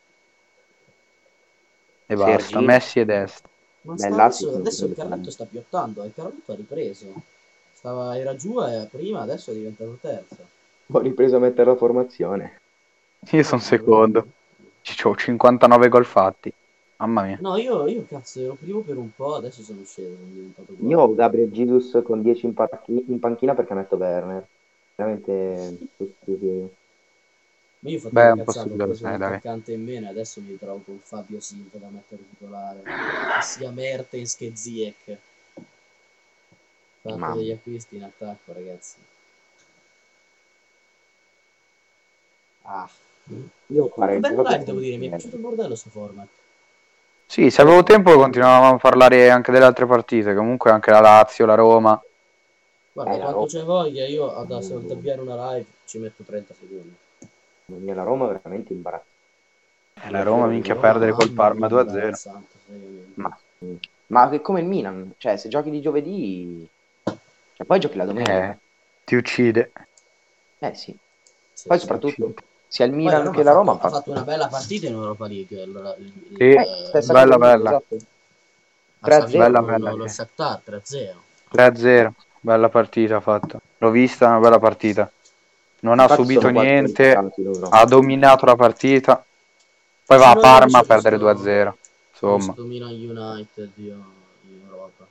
e basta. Sergino. Messi e Dest. Ma Beh, adesso, l'assist non adesso il potrebbe fare. carretto sta piottando, il carretto ha ripreso. Era giù prima, adesso è diventato terzo. Ho ripreso a mettere la formazione. Io sono Ottimo, vedi? secondo. Ho 59 gol fatti. Mamma mia. No, io cazzo ero primo per un po', adesso sono sceso, sono diventato Io ho quarto. Gabriel Jesus con 10 in panchina perché metto Werner. Veramente stupido. Ma io ho fatto Beh, una un po' cazzata, ho stupido lo preso un sai, dai. attaccante in meno e adesso mi trovo con Fabio Silva da mettere titolare. E sia Mertens che Ziyech. Ho fatto degli Mamma. acquisti in attacco, ragazzi. Ah. Io Comunque farei bello proprio live, devo dire, mi è come... piaciuto il bordello sto format. Sì, se avevo tempo continuavamo a parlare anche delle altre partite. Comunque anche la Lazio, la Roma. Guarda, La quando Roma. c'è voglia, io ad mm, avviare una live ci metto 30 secondi. La Roma è veramente imbarazzante. La Io Roma spero di La minchia vincere. Roma, perdere col mamma Parma mia, 2-0. imbarazzante, seriamente. Ma, ma che come il Milan, cioè se giochi di giovedì, cioè, poi giochi la domenica. Ti uccide. Sì. Sì, Poi sì. Ti uccide. soprattutto sia il Poi Milan che la Roma ha fatto una bella partita in Europa League. Sì, stessa bella cosa, bella. esatto. Ha vinto 3-0. Bella, bella, lo sì. Shakhtar 3-0. 3-0, bella partita ha fatto. L'ho vista, una bella partita. Non ha Infatti subito sono quasi niente, qualificati loro. ha dominato la partita. Poi Se va a no io Parma a invece perdere 2-0. Insomma, questo Milan United in Europa.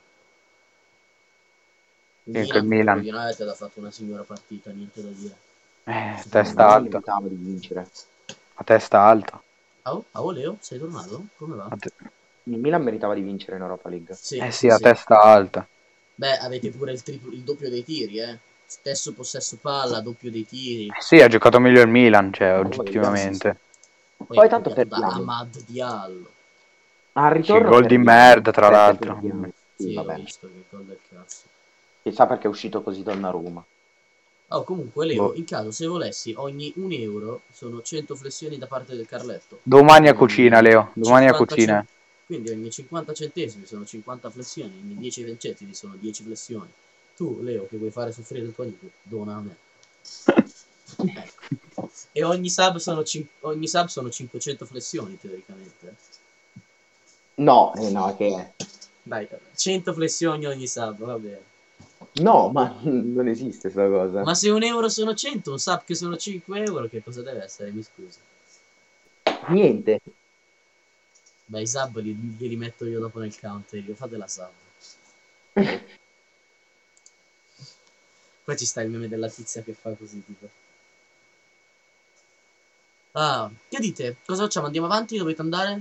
sì, che il Comunque Milan, United ha fatto una signora partita, niente da dire. Il testa Milan alta, meritava di vincere. a testa alta. Oh, Leo, sei tornato? Come va? Il Milan meritava di vincere in Europa League. Sì, Sì, a testa alta. Beh, avete pure il doppio dei tiri, eh. Stesso possesso palla, doppio dei tiri. Sì, ha giocato meglio il Milan, cioè, Poi, oggettivamente. Poi poi è tanto copiato fair da play. Ahmad Diallo. Al Sì, ritorno gol di perdiamo. merda, tra Vabbè, l'altro. perdiamo. Sì, Sì, ho vabbè. visto che gol del cazzo. Chissà perché è uscito così Donnarumma. Oh, comunque, Leo, Boh. in caso, se volessi, ogni 1 euro sono 100 flessioni da parte del Carletto. Domani a Quindi cucina, ogni Leo. Domani a 50 cucina. Quindi ogni 50 centesimi sono 50 flessioni, ogni 10 centesimi sono 10 flessioni. Tu, Leo, che vuoi fare soffrire il tuo amico, dona a me. Ecco. E ogni sub sono 500 flessioni, teoricamente. No, no, che è? Dai, 100 flessioni ogni sub, va bene. No, ma non esiste questa cosa. Ma se 1 euro sono 100, un sub che sono 5 euro, che cosa deve essere? Mi scusi. Niente. Beh, i sub glieli metto io dopo nel counter, io fate la sub. Poi ci sta il meme della tizia che fa così, tipo. Ah, che dite? Cosa facciamo? Andiamo avanti? Dovete andare?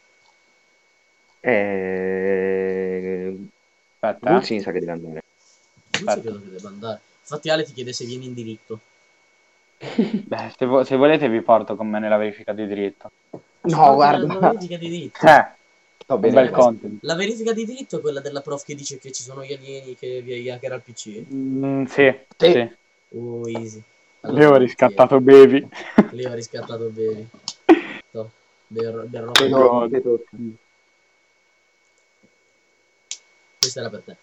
Aspetta, Gulsi mi sa che deve andare. Non so, credo che debba andare. Infatti Ale ti chiede se vieni in diritto. Beh, se volete vi porto con me nella verifica di diritto. Ci No, porti la guarda. verifica di diritto. Va Un bene bel così. content. La verifica di diritto è quella della prof che dice che ci sono gli alieni che vi hackera il PC? Sì, Sì. sì. Oh, easy. Leo ha volentieri. riscattato Baby. Leo ha riscattato bene. No, berrò Che per te. tocca, che tocca. Questa era per te.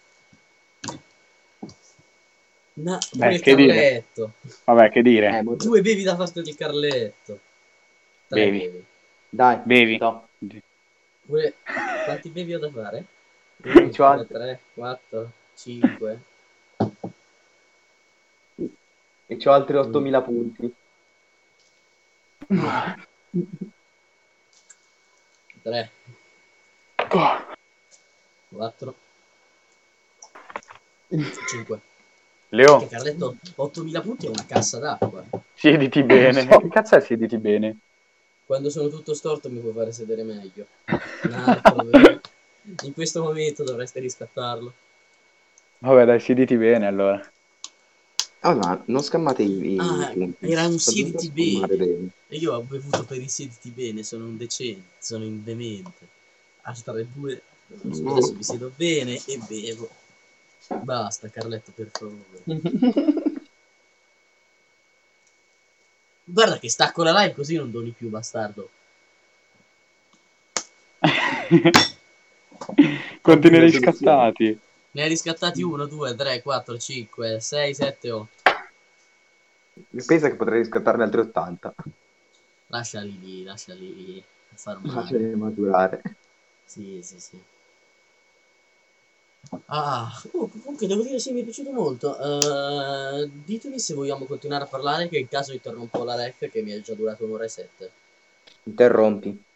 No, pure Beh, il che dire. Carletto. Vabbè, che dire. Molto- 2 bevi da parte del Carletto. 3 Bevi. bevi. Dai, Bevi. sto. Pure... Quanti bevi ho da fare? 1, C'ho 2, altri. 3, 4, 5. E c'ho altri 8.000 punti. 3, 4, 5. Leo, Che Carletto 8.000 punti è una cassa d'acqua. siediti bene. So. Che cazzo è siediti bene? Quando sono tutto storto mi puoi fare sedere meglio. Un altro, vero? In questo momento dovreste riscattarlo. Vabbè, dai, siediti bene allora. Allora, non scammate i Ah, punti. era un Sto dovendo siediti scammare bene. bene. E io ho bevuto per i siediti bene, sono un decente, sono indemente. Altre 2. Adesso mi siedo bene e bevo. Basta, Carletto, per favore. Guarda che stacco la live così non doni più, bastardo. Quanti ne hai Ottima soluzione. riscattati? Ne hai riscattati 1, 2, 3, 4, 5, 6, 7, 8. Pensa che potrei riscattarne altri 80. Lasciali lì a far male. Lasciali maturare. Sì. Comunque devo dire sì, mi è piaciuto molto. Ditemi se vogliamo continuare a parlare, che in caso interrompo la rec che mi è già durato 1 ora e 7. Interrompi.